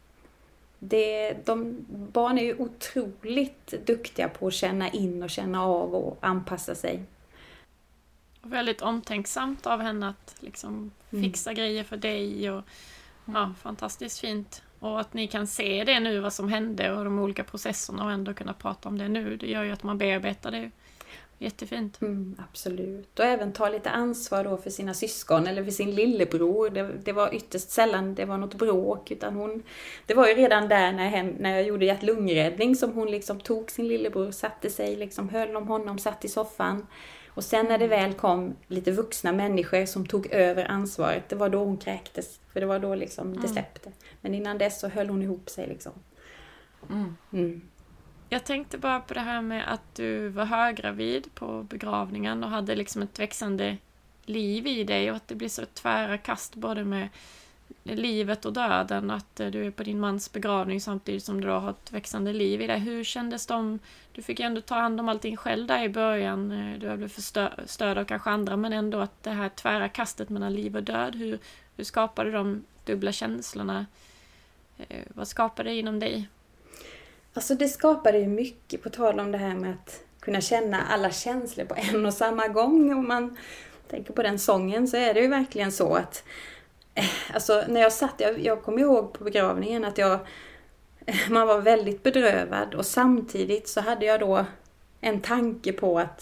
det, de, barn är ju otroligt duktiga på att känna in och känna av och anpassa sig. Och väldigt omtänksamt av henne att liksom fixa mm. grejer för dig. Och, ja, fantastiskt fint. Och att ni kan se det nu, vad som hände och de olika processerna och ändå kunna prata om det nu. Det gör ju att man bearbetar det. Jättefint. Mm, absolut. Och även ta lite ansvar då för sina syskon eller för sin lillebror. Det, det var ytterst sällan det var något bråk. Utan hon, det var ju redan där när, hem, när jag gjorde hjärt-lungräddning som hon liksom tog sin lillebror, satte sig, liksom höll om honom, satt i soffan. Och sen när det väl kom lite vuxna människor som tog över ansvaret, det var då hon kräktes. För det var då liksom det släppte. Men innan dess så höll hon ihop sig liksom. Mm. Mm. Jag tänkte bara på det här med att du var höggravid på begravningen och hade liksom ett växande liv i dig och att det blir så tvära kast både med livet och döden och att du är på din mans begravning samtidigt som du har ett växande liv i dig. Hur kändes de? Du fick ändå ta hand om allting själv där i början. Du har blivit stöd av kanske andra, men ändå att det här tvära kastet mellan liv och död, hur, hur skapade de dubbla känslorna? Vad skapade det inom dig? Alltså det skapade ju mycket, på tal om det här med att kunna känna alla känslor på en och samma gång. Om man tänker på den sången så är det ju verkligen så att alltså när jag satt, jag, jag kommer ihåg på begravningen att jag man var väldigt bedrövad och samtidigt så hade jag då en tanke på att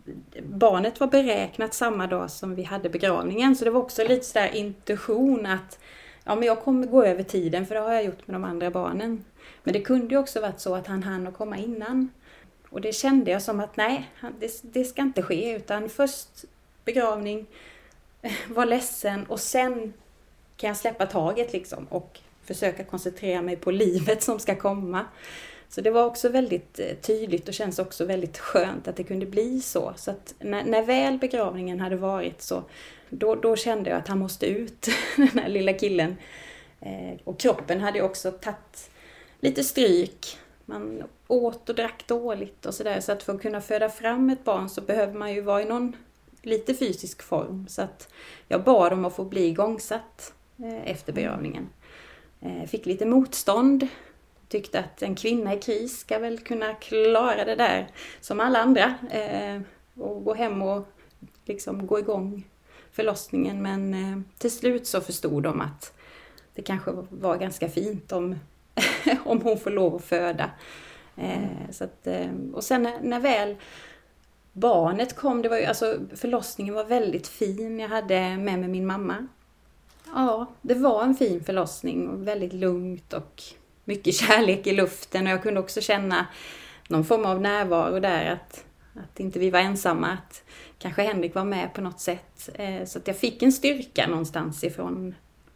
barnet var beräknat samma dag som vi hade begravningen. Så det var också lite sådär intuition att ja, men jag kommer gå över tiden, för det har jag gjort med de andra barnen. Men det kunde ju också varit så att han hann att komma innan. Och det kände jag som att nej, det, det ska inte ske. Utan först begravning, var ledsen och sen kan jag släppa taget liksom. Och försöka koncentrera mig på livet som ska komma. Så det var också väldigt tydligt och känns också väldigt skönt att det kunde bli så. Så att när, när väl begravningen hade varit så, då, då kände jag att han måste ut, den här lilla killen. Eh, och kroppen hade också tagit lite stryk. Man åt och drack dåligt och sådär. Så att för att kunna föda fram ett barn så behöver man ju vara i någon lite fysisk form. Så att jag bad om att få bli igångsatt eh, efter begravningen. Eh, fick lite motstånd. Tyckte att en kvinna i kris ska väl kunna klara det där som alla andra. Eh, och gå hem och liksom gå igång förlossningen. Men eh, till slut så förstod de att det kanske var ganska fint om, om hon får lov att föda. Eh, så att, eh, och sen när, när väl barnet kom, det var ju, alltså, förlossningen var väldigt fin. Jag hade med mig min mamma. Ja, det var en fin förlossning och väldigt lugnt och mycket kärlek i luften. Och jag kunde också känna någon form av närvaro där, att, att inte vi var ensamma, att kanske Henrik var med på något sätt. Eh, så att jag fick en styrka någonstans ifrån.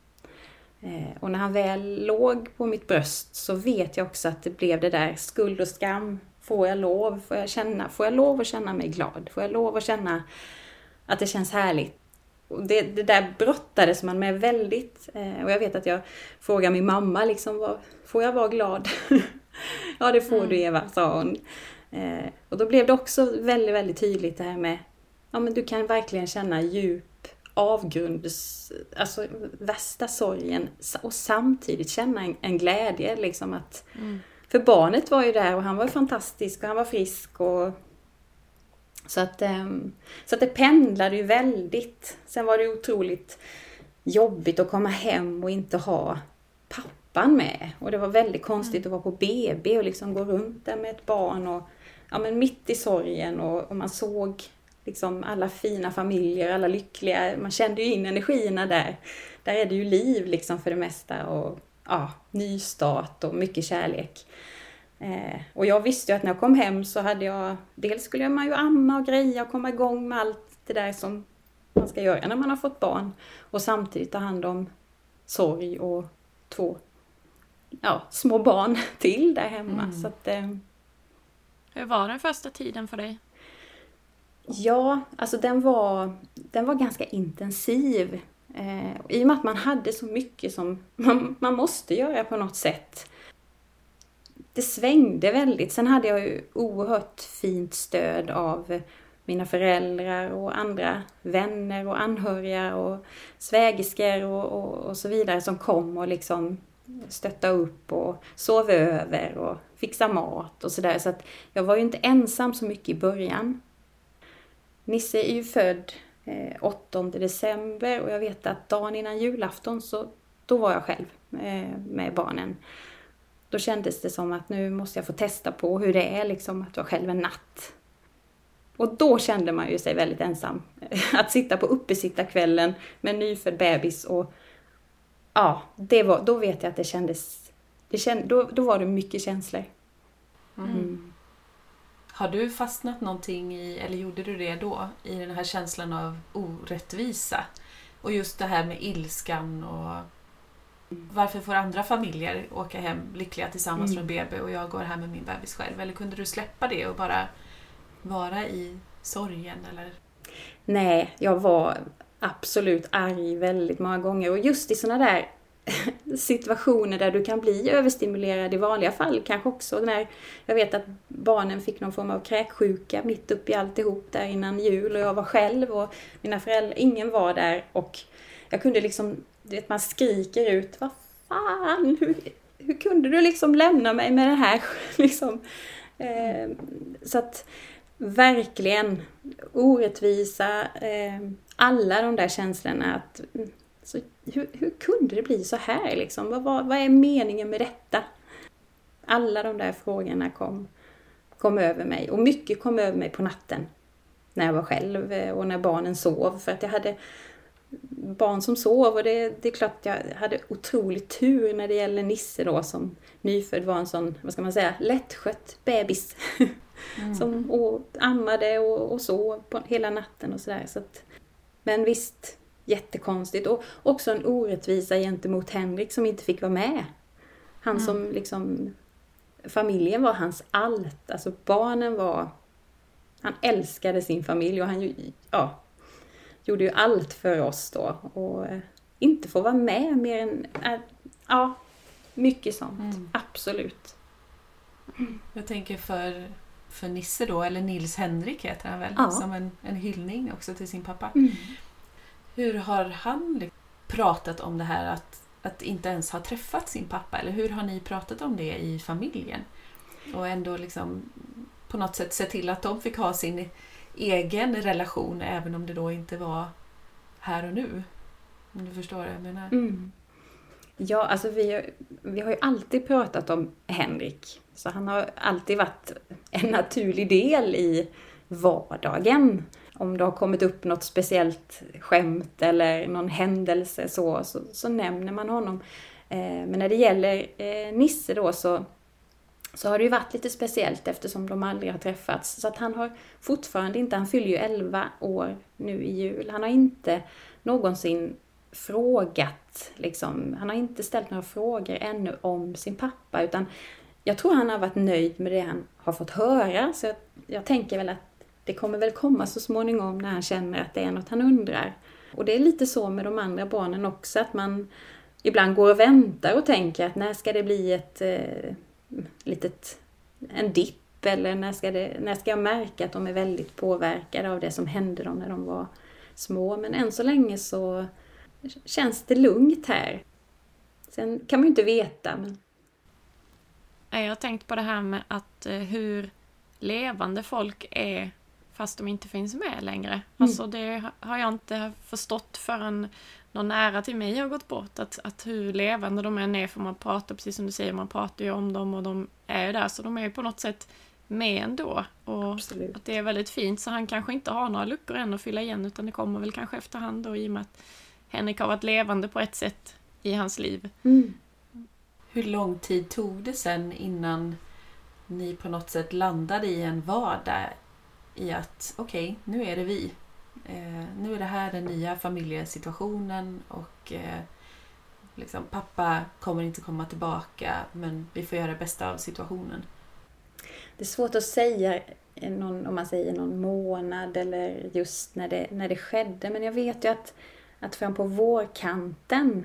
Eh, och när han väl låg på mitt bröst så vet jag också att det blev det där skuld och skam. Får jag lov? Får jag känna? Får jag lov att känna mig glad? Får jag lov att känna att det känns härligt? Och det, det där brottades man med väldigt. Eh, och jag vet att jag frågade min mamma liksom, vad, får jag vara glad? Ja, det får mm. du Eva, sa hon. Eh, och då blev det också väldigt, väldigt tydligt det här med, ja men du kan verkligen känna djup avgrunds, alltså värsta sorgen och samtidigt känna en, en glädje liksom att, mm. för barnet var ju där och han var fantastisk och han var frisk och så att, så att det pendlade ju väldigt. Sen var det otroligt jobbigt att komma hem och inte ha pappan med. Och det var väldigt konstigt att vara på B B och liksom gå runt där med ett barn. Och, ja, men mitt i sorgen och, och man såg liksom alla fina familjer, alla lyckliga. Man kände ju in energierna där. Där är det ju liv liksom för det mesta och ja, nystart och mycket kärlek. Eh, och jag visste ju att när jag kom hem så hade jag, dels skulle man ju amma och greja och komma igång med allt det där som man ska göra när man har fått barn. Och samtidigt ta hand om sorg och två ja, små barn till där hemma. Mm. Så att, eh, Hur var den första tiden för dig? Ja, alltså den var, den var ganska intensiv. Eh, I och med att man hade så mycket som man, man måste göra på något sätt. Det svängde väldigt. Sen hade jag ju oerhört fint stöd av mina föräldrar och andra vänner och anhöriga och svägerskor och, och, och så vidare som kom och liksom stötta upp och sov över och fixa mat och sådär. Så att jag var ju inte ensam så mycket i början. Nisse är ju född eh, åttonde december och jag vet att dagen innan julafton så då var jag själv eh, med barnen. Då kändes det som att nu måste jag få testa på hur det är liksom att vara själv en natt. Och då kände man ju sig väldigt ensam. Att sitta på uppesittarkvällen med en nyfödd bebis och ja, det var, då vet jag att det kändes, det känd, då, då var det mycket känslor. Mm. Mm. Har du fastnat någonting i, eller gjorde du det då, i den här känslan av orättvisa? Och just det här med ilskan och varför får andra familjer åka hem lyckliga tillsammans mm. från B B och jag går här med min bebis själv? Eller kunde du släppa det och bara vara i sorgen? Eller? Nej, jag var absolut arg väldigt många gånger. Och just i sådana där situationer där du kan bli överstimulerad i vanliga fall. Kanske också när jag vet att barnen fick någon form av kräksjuka mitt upp i alltihop där innan jul. Och jag var själv och mina föräldrar, ingen var där. Och jag kunde liksom, du vet, man skriker ut, vad fan, hur, hur kunde du liksom lämna mig med det här? liksom. eh, så att verkligen orättvisa, eh, alla de där känslorna att så, hur, hur kunde det bli så här liksom? Vad, vad, vad är meningen med detta? Alla de där frågorna kom, kom över mig och mycket kom över mig på natten. när jag var själv och när barnen sov. För att jag hade barn som sov och det, det är klart att jag hade otroligt tur när det gäller Nisse då som nyfödd var en sån, vad ska man säga, lättskött bebis. Mm. Som och, ammade och, och sov på hela natten och sådär. Så att, men visst, jättekonstigt. Och också en orättvisa gentemot Henrik som inte fick vara med. Han mm. som liksom, familjen var hans allt. Alltså barnen var, han älskade sin familj och han ja, gjorde ju allt för oss då. Och äh, inte få vara med mer än, äh, ja, mycket sånt. Mm. Absolut. Mm. Jag tänker för, för Nisse då, eller Nils Henrik heter han väl, ja. som en, en hyllning också till sin pappa. Mm. Hur har han pratat om det här att, att inte ens ha träffat sin pappa? Eller hur har ni pratat om det i familjen? Och ändå liksom på något sätt se till att de fick ha sin egen relation även om det då inte var här och nu. Om du förstår vad jag menar. Mm. Ja, alltså vi har, vi har ju alltid pratat om Henrik. Så han har alltid varit en naturlig del i vardagen. Om det har kommit upp något speciellt skämt eller någon händelse så, så, så nämner man honom. Eh, men när det gäller eh, Nisse då så, så har det ju varit lite speciellt eftersom de aldrig har träffats. Så att han har fortfarande inte, han fyller ju elva år nu i jul. Han har inte någonsin frågat, liksom, han har inte ställt några frågor ännu om sin pappa. Utan jag tror han har varit nöjd med det han har fått höra. Så jag, jag tänker väl att det kommer väl komma så småningom när han känner att det är något han undrar. Och det är lite så med de andra barnen också. Att man ibland går och väntar och tänker att när ska det bli ett eh, litet, en dipp. Eller när ska, det, när ska jag märka att de är väldigt påverkade av det som hände dem när de var små. Men än så länge så känns det lugnt här. Sen kan man ju inte veta. Men... Jag har tänkt på det här med att hur levande folk är fast de inte finns med längre. Mm. Alltså det har jag inte förstått förrän någon nära till mig har gått bort. Att, att hur levande de än är, för man pratar, precis som du säger, man pratar ju om dem och de är ju där. Så de är ju på något sätt med ändå. Och Absolut. Att det är väldigt fint. Så han kanske inte har några luckor än att fylla igen, utan det kommer väl kanske efterhand då, i och med att Henrik har varit levande på ett sätt i hans liv. Mm. Hur lång tid tog det sen innan ni på något sätt landade i en vardag i att okej, okay, nu är det vi. Eh, nu är det här den nya familjesituationen och eh, liksom, pappa kommer inte komma tillbaka, men vi får göra det bästa av situationen. Det är svårt att säga någon, om man säger någon månad eller just när det, när det skedde. Men jag vet ju att, att fram på vårkanten,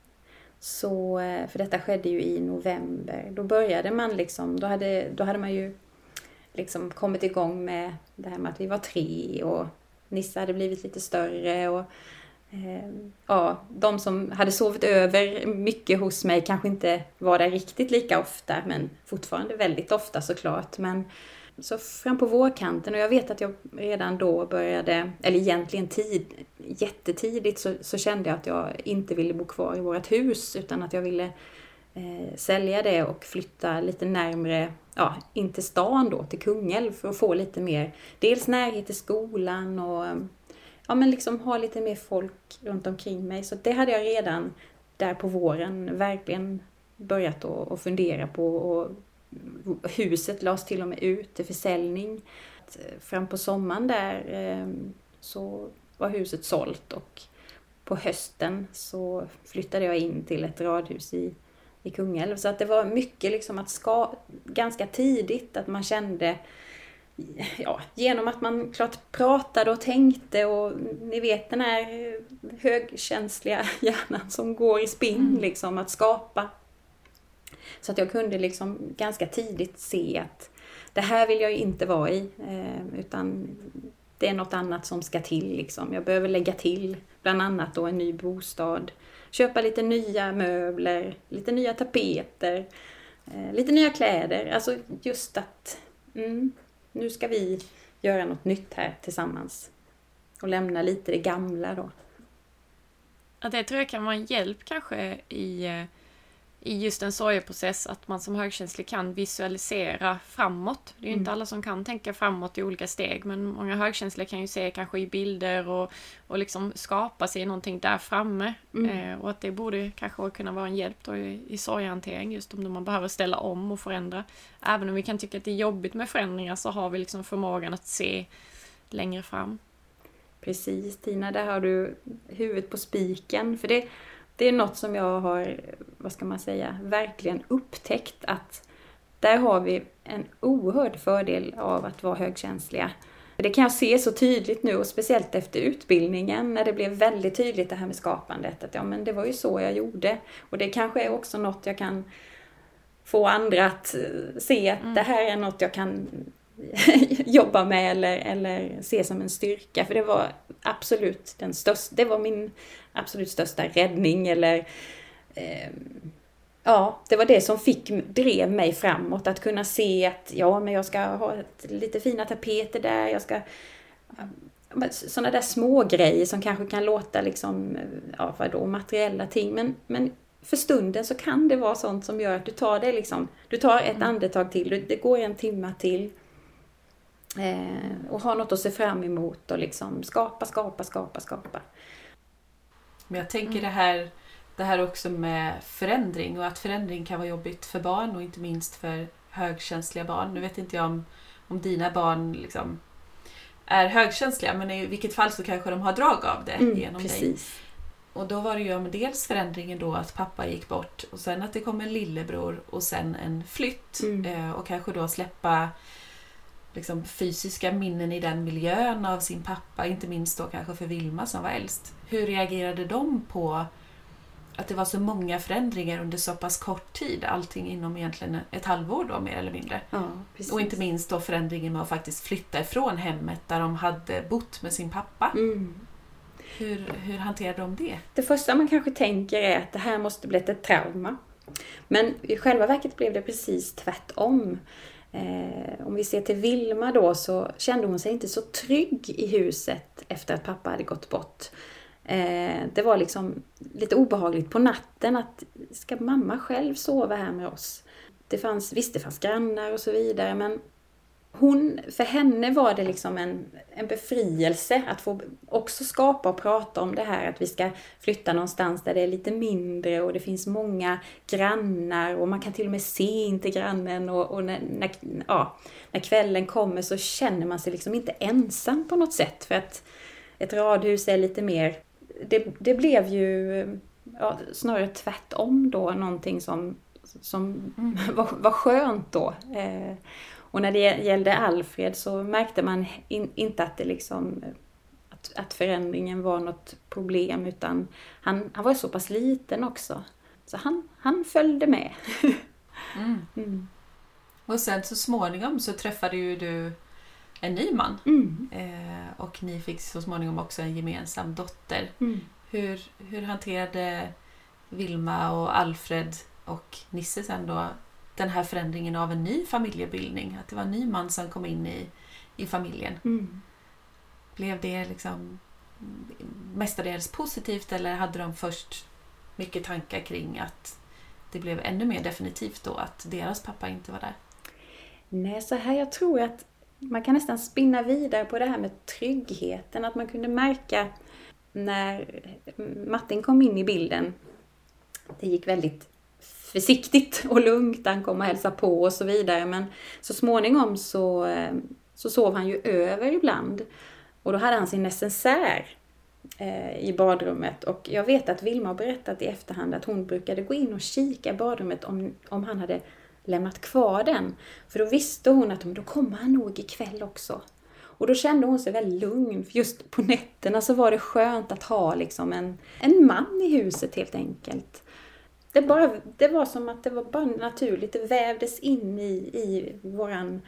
så, för detta skedde ju i november, då började man liksom, då hade, då hade man ju liksom kommit igång med det här med att vi var tre och Nisse hade blivit lite större och eh, ja, de som hade sovit över mycket hos mig kanske inte var där riktigt lika ofta, men fortfarande väldigt ofta såklart. Men så fram på vårkanten, och jag vet att jag redan då började, eller egentligen tid, jättetidigt så, så kände jag att jag inte ville bo kvar i vårt hus, utan att jag ville eh, sälja det och flytta lite närmare, ja, in till stan då, till Kungälv, för att få lite mer, dels närhet till skolan och ja, men liksom ha lite mer folk runt omkring mig. Så det hade jag redan där på våren verkligen börjat att, att fundera på, och huset lades till och med ut till försäljning. Fram på sommaren där så var huset sålt, och på hösten så flyttade jag in till ett radhus i, i Kungälv. Så att det var mycket liksom att ska, ganska tidigt att man kände, ja, genom att man klart pratade och tänkte, och ni vet den här högkänsliga hjärnan som går i spinn, mm. liksom att skapa. Så att jag kunde liksom ganska tidigt se att det här vill jag inte vara i, eh, utan det är något annat som ska till. Liksom. Jag behöver lägga till bland annat då en ny bostad, köpa lite nya möbler, lite nya tapeter, eh, lite nya kläder. Alltså just att mm, nu ska vi göra något nytt här tillsammans och lämna lite det gamla då. Ja, det tror jag kan vara en hjälp kanske i... i just en sorgeprocess att man som högkänslig kan visualisera framåt. Det är ju mm. inte alla som kan tänka framåt i olika steg, men många högkänsliga kan ju se kanske i bilder och, och liksom skapa sig någonting där framme. Mm. Eh, och att det borde kanske kunna vara en hjälp då i, i sorghantering, just om man behöver ställa om och förändra. Även om vi kan tycka att det är jobbigt med förändringar så har vi liksom förmågan att se längre fram. Precis, Tina, där har du huvudet på spiken. För det, det är något som jag har, vad ska man säga, verkligen upptäckt att där har vi en oerhörd fördel av att vara högkänsliga. Det kan jag se så tydligt nu, och speciellt efter utbildningen när det blev väldigt tydligt det här med skapandet. Att ja, men det var ju så jag gjorde. Och det kanske är också något jag kan få andra att se att mm. det här är något jag kan jobba med eller, eller se som en styrka. För det var absolut den största, det var min absolut största räddning. Eller eh, ja, det var det som fick, drev mig framåt. Att kunna se att ja, men jag ska ha ett, lite fina tapeter där. Jag ska sådana där små grejer som kanske kan låta liksom, ja, vadå, materiella ting. Men, men för stunden så kan det vara sånt som gör att du tar det liksom, du tar ett andetag till, det går en timme till. Eh, och ha något att se fram emot och liksom skapa, skapa, skapa, skapa. Men jag tänker mm. det här det här också med förändring, och att förändring kan vara jobbigt för barn och inte minst för högkänsliga barn. Nu vet inte jag om, om dina barn liksom är högkänsliga, men i vilket fall så kanske de har drag av det mm, genom precis. dig. Och då var det ju om dels förändringen då att pappa gick bort och sen att det kom en lillebror och sen en flytt mm. eh, och kanske då släppa liksom fysiska minnen i den miljön av sin pappa, inte minst då kanske för Vilma som var äldst. Hur reagerade de på att det var så många förändringar under så pass kort tid, allting inom egentligen ett halvår då mer eller mindre. Ja, och inte minst då förändringen med att faktiskt flytta ifrån hemmet där de hade bott med sin pappa. Mm. Hur, hur hanterar de det? Det första man kanske tänker är att det här måste bli ett trauma. Men i själva verket blev det precis tvärtom. Eh, om vi ser till Vilma då, så kände hon sig inte så trygg i huset efter att pappa hade gått bort. Eh, det var liksom lite obehagligt på natten att ska mamma själv sova här med oss? Det fanns, visst det fanns grannar och så vidare, men hon, för henne var det liksom en, en befrielse att få också skapa och prata om det här, att vi ska flytta någonstans där det är lite mindre och det finns många grannar och man kan till och med se inte grannen, och, och när, när, ja, när kvällen kommer så känner man sig liksom inte ensam på något sätt, för att ett radhus är lite mer, det, det blev ju ja, snarare tvärtom då, någonting som, som mm. var, var skönt då. Eh, Och när det gällde Alfred så märkte man in, inte att det liksom att, att förändringen var något problem, utan han, han var så pass liten också. Så han, han följde med. mm. Mm. Och sen så småningom så träffade ju du en ny man. Mm. Eh, och ni fick så småningom också en gemensam dotter. Mm. Hur, hur hanterade Vilma och Alfred och Nisse sen då den här förändringen av en ny familjebildning? Att det var en ny man som kom in i, i familjen. Mm. Blev det liksom mestadels positivt, eller hade de först mycket tankar kring att det blev ännu mer definitivt då att deras pappa inte var där? Nej, så här jag tror att man kan nästan spinna vidare på det här med tryggheten. Att man kunde märka när Martin kom in i bilden. Det gick väldigt försiktigt och lugnt. Han kom och hälsade på och så vidare. Men så småningom så, så sov han ju över ibland. Och då hade han sin necessär eh, i badrummet. Och jag vet att Vilma har berättat i efterhand att hon brukade gå in och kika i badrummet om, om han hade lämnat kvar den. För då visste hon att då kommer han nog ikväll också. Och då kände hon sig väldigt lugn. För just på nätterna så var det skönt att ha liksom en, en man i huset helt enkelt. Det, bara, det var som att det var bara naturligt. Det vävdes in i, i våran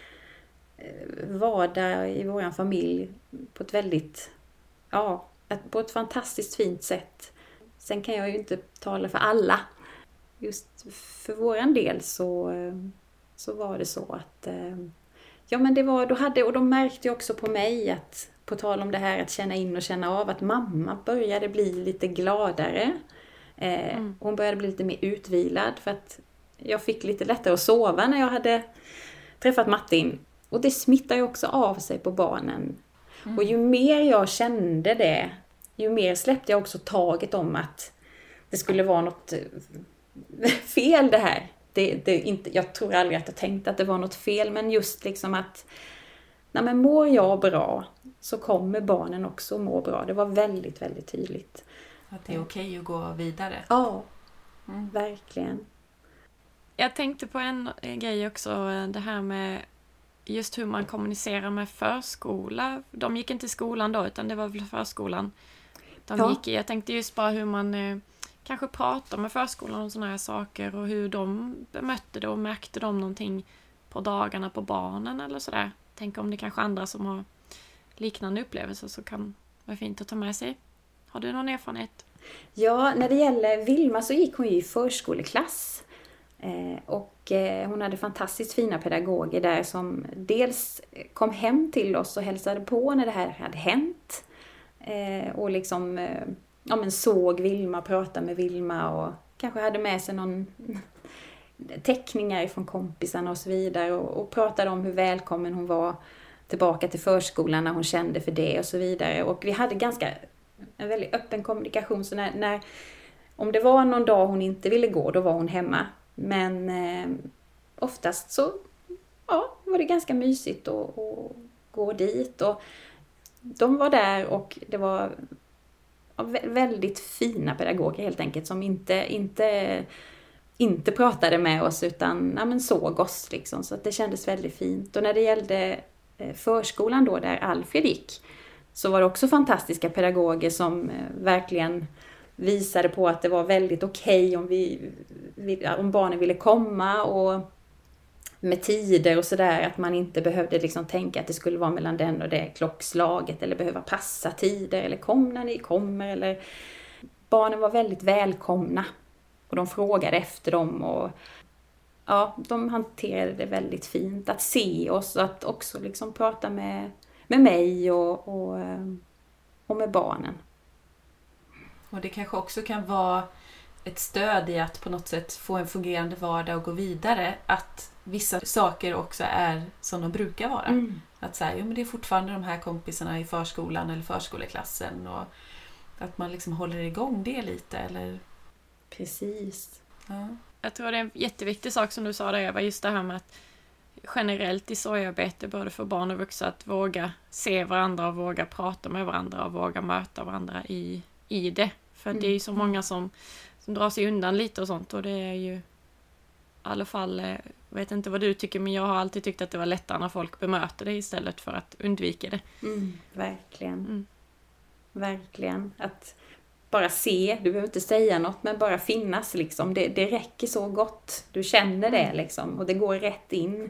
vardag, i våran familj på ett väldigt, ja, på ett fantastiskt fint sätt. Sen kan jag ju inte tala för alla. Just för våran del så, så var det så att, ja men det var, då hade, och de märkte ju också på mig att, på tal om det här att känna in och känna av, att mamma började bli lite gladare. Eh, Mm. Hon började bli lite mer utvilad för att jag fick lite lättare att sova när jag hade träffat Martin. Och det smittar ju också av sig på barnen. Mm. Och ju mer jag kände det, ju mer släppte jag också taget om att det skulle vara något fel det här. Det, det inte, jag tror aldrig att jag tänkte att det var något fel, men just liksom att nej, men mår jag bra så kommer barnen också må bra. Det var väldigt, väldigt tydligt. Att det är okej att gå vidare. Ja, mm. verkligen. Jag tänkte på en grej också, det här med just hur man kommunicerar med förskola. De gick inte i skolan då, utan det var väl förskolan de ja. gick i. Jag tänkte just bara hur man eh, kanske pratar med förskolan om sådana här saker och hur de bemötte det och märkte de någonting på dagarna på barnen eller sådär. Tänk om det kanske andra som har liknande upplevelser så kan det vara fint att ta med sig. Har du någon erfarenhet? Ja, när det gäller Vilma så gick hon ju i förskoleklass. Eh, och eh, hon hade fantastiskt fina pedagoger där som dels kom hem till oss och hälsade på när det här hade hänt. Eh, och liksom eh, ja, men såg Vilma, pratade med Vilma och kanske hade med sig någon teckningar från kompisarna och så vidare. Och, och pratade om hur välkommen hon var tillbaka till förskolan när hon kände för det och så vidare. Och vi hade ganska en väldigt öppen kommunikation. Så när, när, om det var någon dag hon inte ville gå, då var hon hemma. Men eh, oftast så ja, var det ganska mysigt att, att gå dit. Och de var där och det var väldigt fina pedagoger helt enkelt. Som inte, inte, inte pratade med oss utan ja, men såg oss. Liksom, så att det kändes väldigt fint. Och när det gällde förskolan då där Alfred gick, så var det också fantastiska pedagoger som eh, verkligen visade på att det var väldigt okej okay om, vi, vi, om barnen ville komma och med tider och sådär, att man inte behövde liksom tänka att det skulle vara mellan den och det klockslaget eller behöva passa tider eller kom när ni kommer. Eller... Barnen var väldigt välkomna och de frågade efter dem och ja, de hanterade det väldigt fint att se oss och att också liksom prata med med mig och, och, och med barnen. Och det kanske också kan vara ett stöd i att på något sätt få en fungerande vardag och gå vidare. Att vissa saker också är som de brukar vara. Mm. Att säga, jo men det är fortfarande de här kompisarna i förskolan eller förskoleklassen. Och att man liksom håller igång det lite. Eller... Precis. Ja. Jag tror det är en jätteviktig sak som du sa där, Eva, just det här med att generellt i sorgarbete både för barn och vuxna att våga se varandra och våga prata med varandra och våga möta varandra i, i det. För mm. det är ju så många som, som drar sig undan lite och sånt och det är ju i alla fall, jag vet inte vad du tycker men jag har alltid tyckt att det var lättare när folk bemöter det istället för att undvika det. Mm, verkligen. Mm. Verkligen. Att bara se, du behöver inte säga något men bara finnas liksom. Det, det räcker så gott. Du känner det liksom och det går rätt in.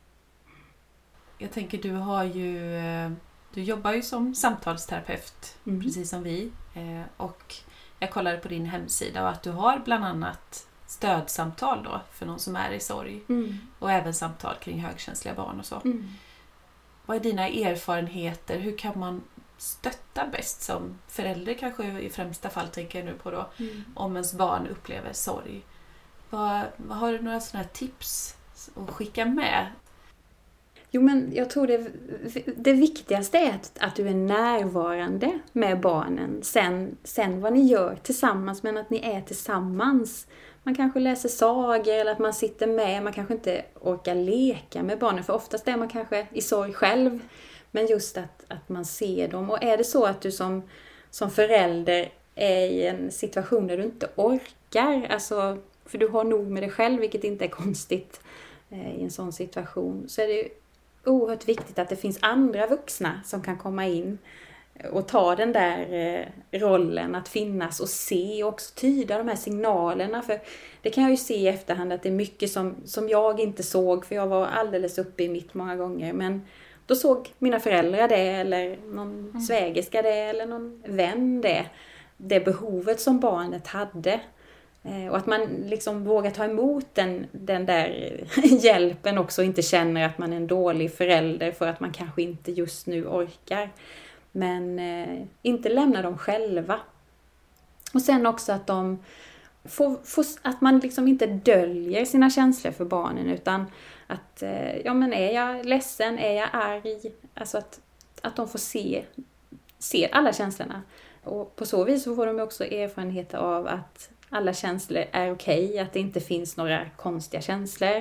Jag tänker du har ju, du jobbar ju som samtalsterapeut mm. precis som vi och jag kollade på din hemsida och att du har bland annat stödsamtal då för någon som är i sorg mm. och även samtal kring högkänsliga barn och så. Mm. Vad är dina erfarenheter? Hur kan man stötta bäst som förälder kanske i främsta fall tänker jag nu på då mm. om ens barn upplever sorg? Vad, vad har du några sådana här tips att skicka med? Jo men jag tror det, det viktigaste är att, att du är närvarande med barnen. Sen, sen vad ni gör tillsammans men att ni är tillsammans. Man kanske läser sagor eller att man sitter med. Man kanske inte orkar leka med barnen för oftast är man kanske i sorg själv. Men just att, att man ser dem. Och är det så att du som, som förälder är i en situation där du inte orkar. Alltså, för du har nog med dig själv, vilket inte är konstigt eh, i en sån situation. Så är det ju oerhört viktigt att det finns andra vuxna som kan komma in och ta den där eh, rollen att finnas och se och också tyda de här signalerna. För det kan jag ju se i efterhand att det är mycket som, som jag inte såg för jag var alldeles uppe i mitt många gånger. Men då såg mina föräldrar det eller någon mm. svägerska det eller någon vän det. Det behovet som barnet hade. Eh, och att man liksom vågar ta emot den, den där hjälpen också och inte känner att man är en dålig förälder för att man kanske inte just nu orkar. Men eh, inte lämna dem själva. Och sen också att de få, få, att man liksom inte döljer sina känslor för barnen, utan att, ja men är jag ledsen, är jag arg, alltså att, att de får se, se alla känslorna. Och på så vis så får de också erfarenheter av att alla känslor är okej, att det inte finns några konstiga känslor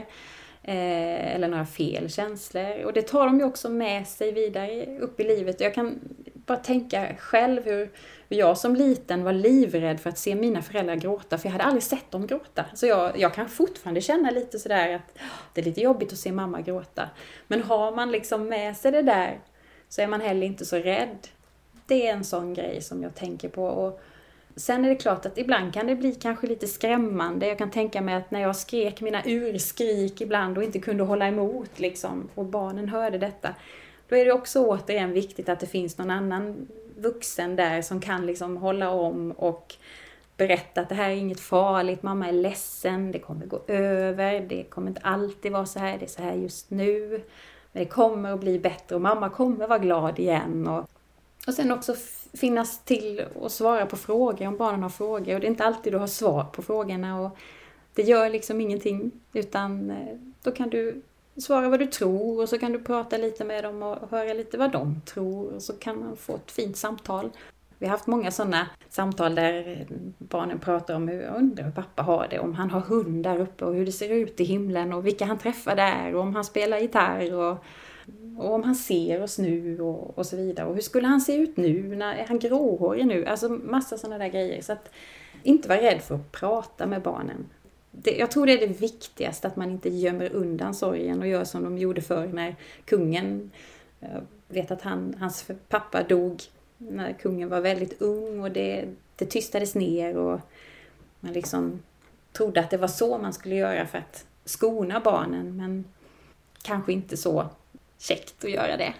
eh, eller några fel känslor. Och det tar de ju också med sig vidare upp i livet. Jag kan bara tänka själv hur, hur jag som liten var livrädd för att se mina föräldrar gråta, för jag hade aldrig sett dem gråta. Så jag, jag kan fortfarande känna lite sådär att det är lite jobbigt att se mamma gråta. Men har man liksom med sig det där så är man heller inte så rädd. Det är en sån grej som jag tänker på. Och sen är det klart att ibland kan det bli kanske lite skrämmande. Jag kan tänka mig att när jag skrek mina urskrik ibland och inte kunde hålla emot liksom, och barnen hörde detta, då är det också återigen viktigt att det finns någon annan vuxen där som kan liksom hålla om och berätta att det här är inget farligt, mamma är ledsen, det kommer gå över, det kommer inte alltid vara så här, det är så här just nu, men det kommer att bli bättre och mamma kommer vara glad igen. Och Och sen också finnas till och svara på frågor om barnen har frågor. Och det är inte alltid du har svar på frågorna. Och det gör liksom ingenting. Utan då kan du svara vad du tror. Och så kan du prata lite med dem och höra lite vad de tror. Och så kan man få ett fint samtal. Vi har haft många sådana samtal där barnen pratar om hur jag undrar hur pappa har det. Om han har hund där uppe och hur det ser ut i himlen. Och vilka han träffar där. Och om han spelar gitarr och... Och om han ser oss nu och, och så vidare. Och hur skulle han se ut nu? När, är han gråhårig nu? Alltså massa sådana där grejer. Så att inte vara rädd för att prata med barnen. Det, jag tror det är det viktigaste. Att man inte gömmer undan sorgen och gör som de gjorde förr när kungen... Jag vet att han, hans pappa dog när kungen var väldigt ung. Och det, det tystades ner. Och man liksom trodde att det var så man skulle göra för att skona barnen. Men kanske inte så käckt att göra det.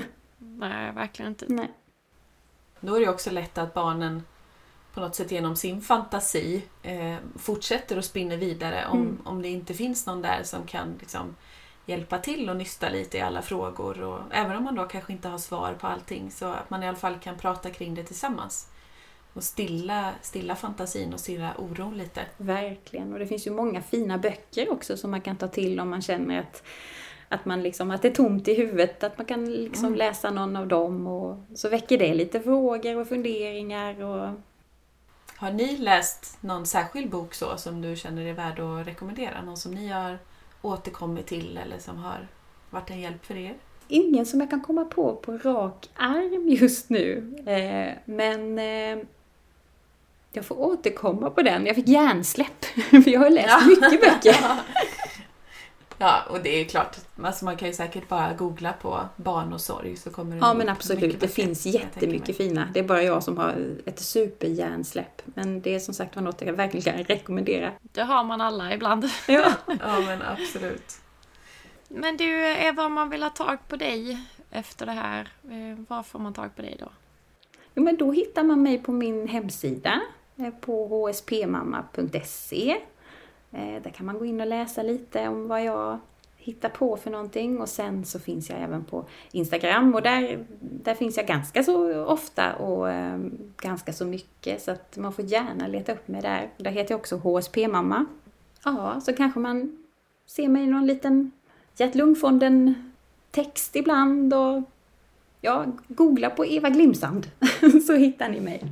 Nej, verkligen inte. Nej. Då är det också lätt att barnen på något sätt genom sin fantasi eh, fortsätter och spinner vidare om, mm. om det inte finns någon där som kan liksom, hjälpa till och nysta lite i alla frågor. Och, även om man då kanske inte har svar på allting, så att man i alla fall kan prata kring det tillsammans. Och stilla, stilla fantasin och stilla oron lite. Verkligen. Och det finns ju många fina böcker också som man kan ta till om man känner att Att, man liksom, att det är tomt i huvudet, att man kan liksom mm. läsa någon av dem och så väcker det lite frågor och funderingar. Och... Har ni läst någon särskild bok så som du känner är värd att rekommendera? Någon som ni har återkommit till eller som har varit en hjälp för er? Ingen som jag kan komma på på rak arm just nu. Eh, men eh, jag får återkomma på den. Jag fick hjärnsläpp, för jag har läst ja. mycket böcker. Ja, och det är klart. Alltså man kan ju säkert bara googla på barn och sorg så kommer det. Ja, men absolut. Det finns jättemycket fina. Det är bara jag som har ett superhjärnsläpp. Men det är som sagt var något jag verkligen kan rekommendera. Det har man alla ibland. Ja, ja men absolut. Men du, Eva, om man vill ha tag på dig efter det här, var får man tag på dig då? Jo, men då hittar man mig på min hemsida på h s p mamma punkt se. Där kan man gå in och läsa lite om vad jag hittar på för någonting. Och sen så finns jag även på Instagram. Och där, där finns jag ganska så ofta och eh, ganska så mycket. Så att man får gärna leta upp mig där. Där heter jag också H S P-mamma. Ja, så kanske man ser mig i någon liten Hjärt-Lungfonden-text ibland. Och ja, googla på Eva Glimsand så hittar ni mig.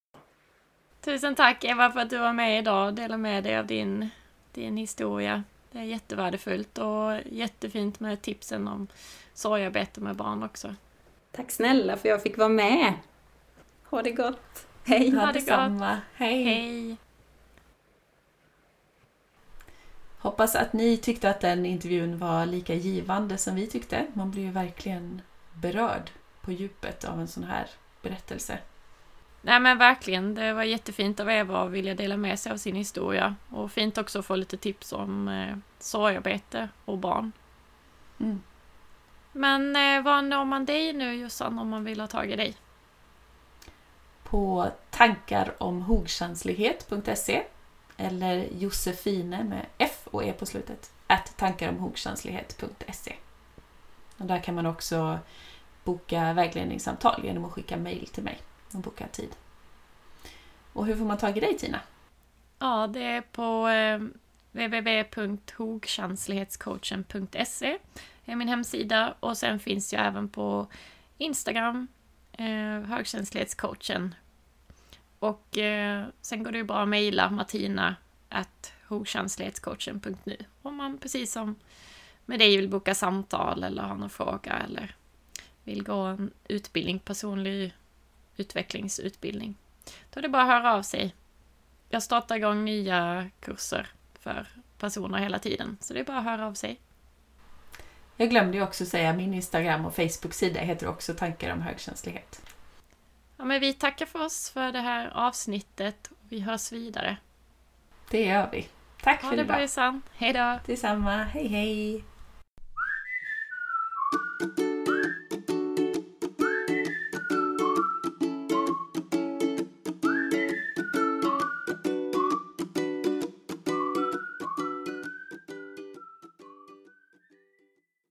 Tusen tack Eva för att du var med idag och delade med dig av din... din historia. Det är jättevärdefullt och jättefint med tipsen om sorgarbete med barn också. Tack snälla för jag fick vara med. Ha det gott. Hej. Ha det samma. Hej. Hej. Hoppas att ni tyckte att den intervjun var lika givande som vi tyckte. Man blir ju verkligen berörd på djupet av en sån här berättelse. Nej men verkligen, det var jättefint av Eva att vilja dela med sig av sin historia. Och fint också att få lite tips om eh, sorgarbete och barn. Mm. Men eh, vad når man dig nu Jossan om man vill ha tag i dig? På tankaromhogkänslighet punkt se eller Josefine med F och E på slutet at tankaromhogkänslighet punkt se. Och där kan man också boka vägledningssamtal genom att skicka mejl till mig och boka tid. Och hur får man tag i dig Tina? Ja, det är på eh, w w w punkt hogkänslighetscoachen punkt se är min hemsida. Och sen finns jag även på Instagram, eh, högkänslighetscoachen. Och eh, sen går det ju bra att mejla martina at hogkänslighetscoachen punkt nu om man precis som med dig vill boka samtal eller ha någon fråga eller vill gå en utbildning, personlig utvecklingsutbildning. Då är det bara att höra av sig. Jag startar igång nya kurser för personer hela tiden, så det är bara att höra av sig. Jag glömde ju också säga min Instagram och Facebook-sida heter också Tankar om högkänslighet. Ja, men vi tackar för oss för det här avsnittet och vi hörs vidare. Det gör vi. Tack Ha för det idag. bra, Susanne. Hej då! Detsamma. Hej hej!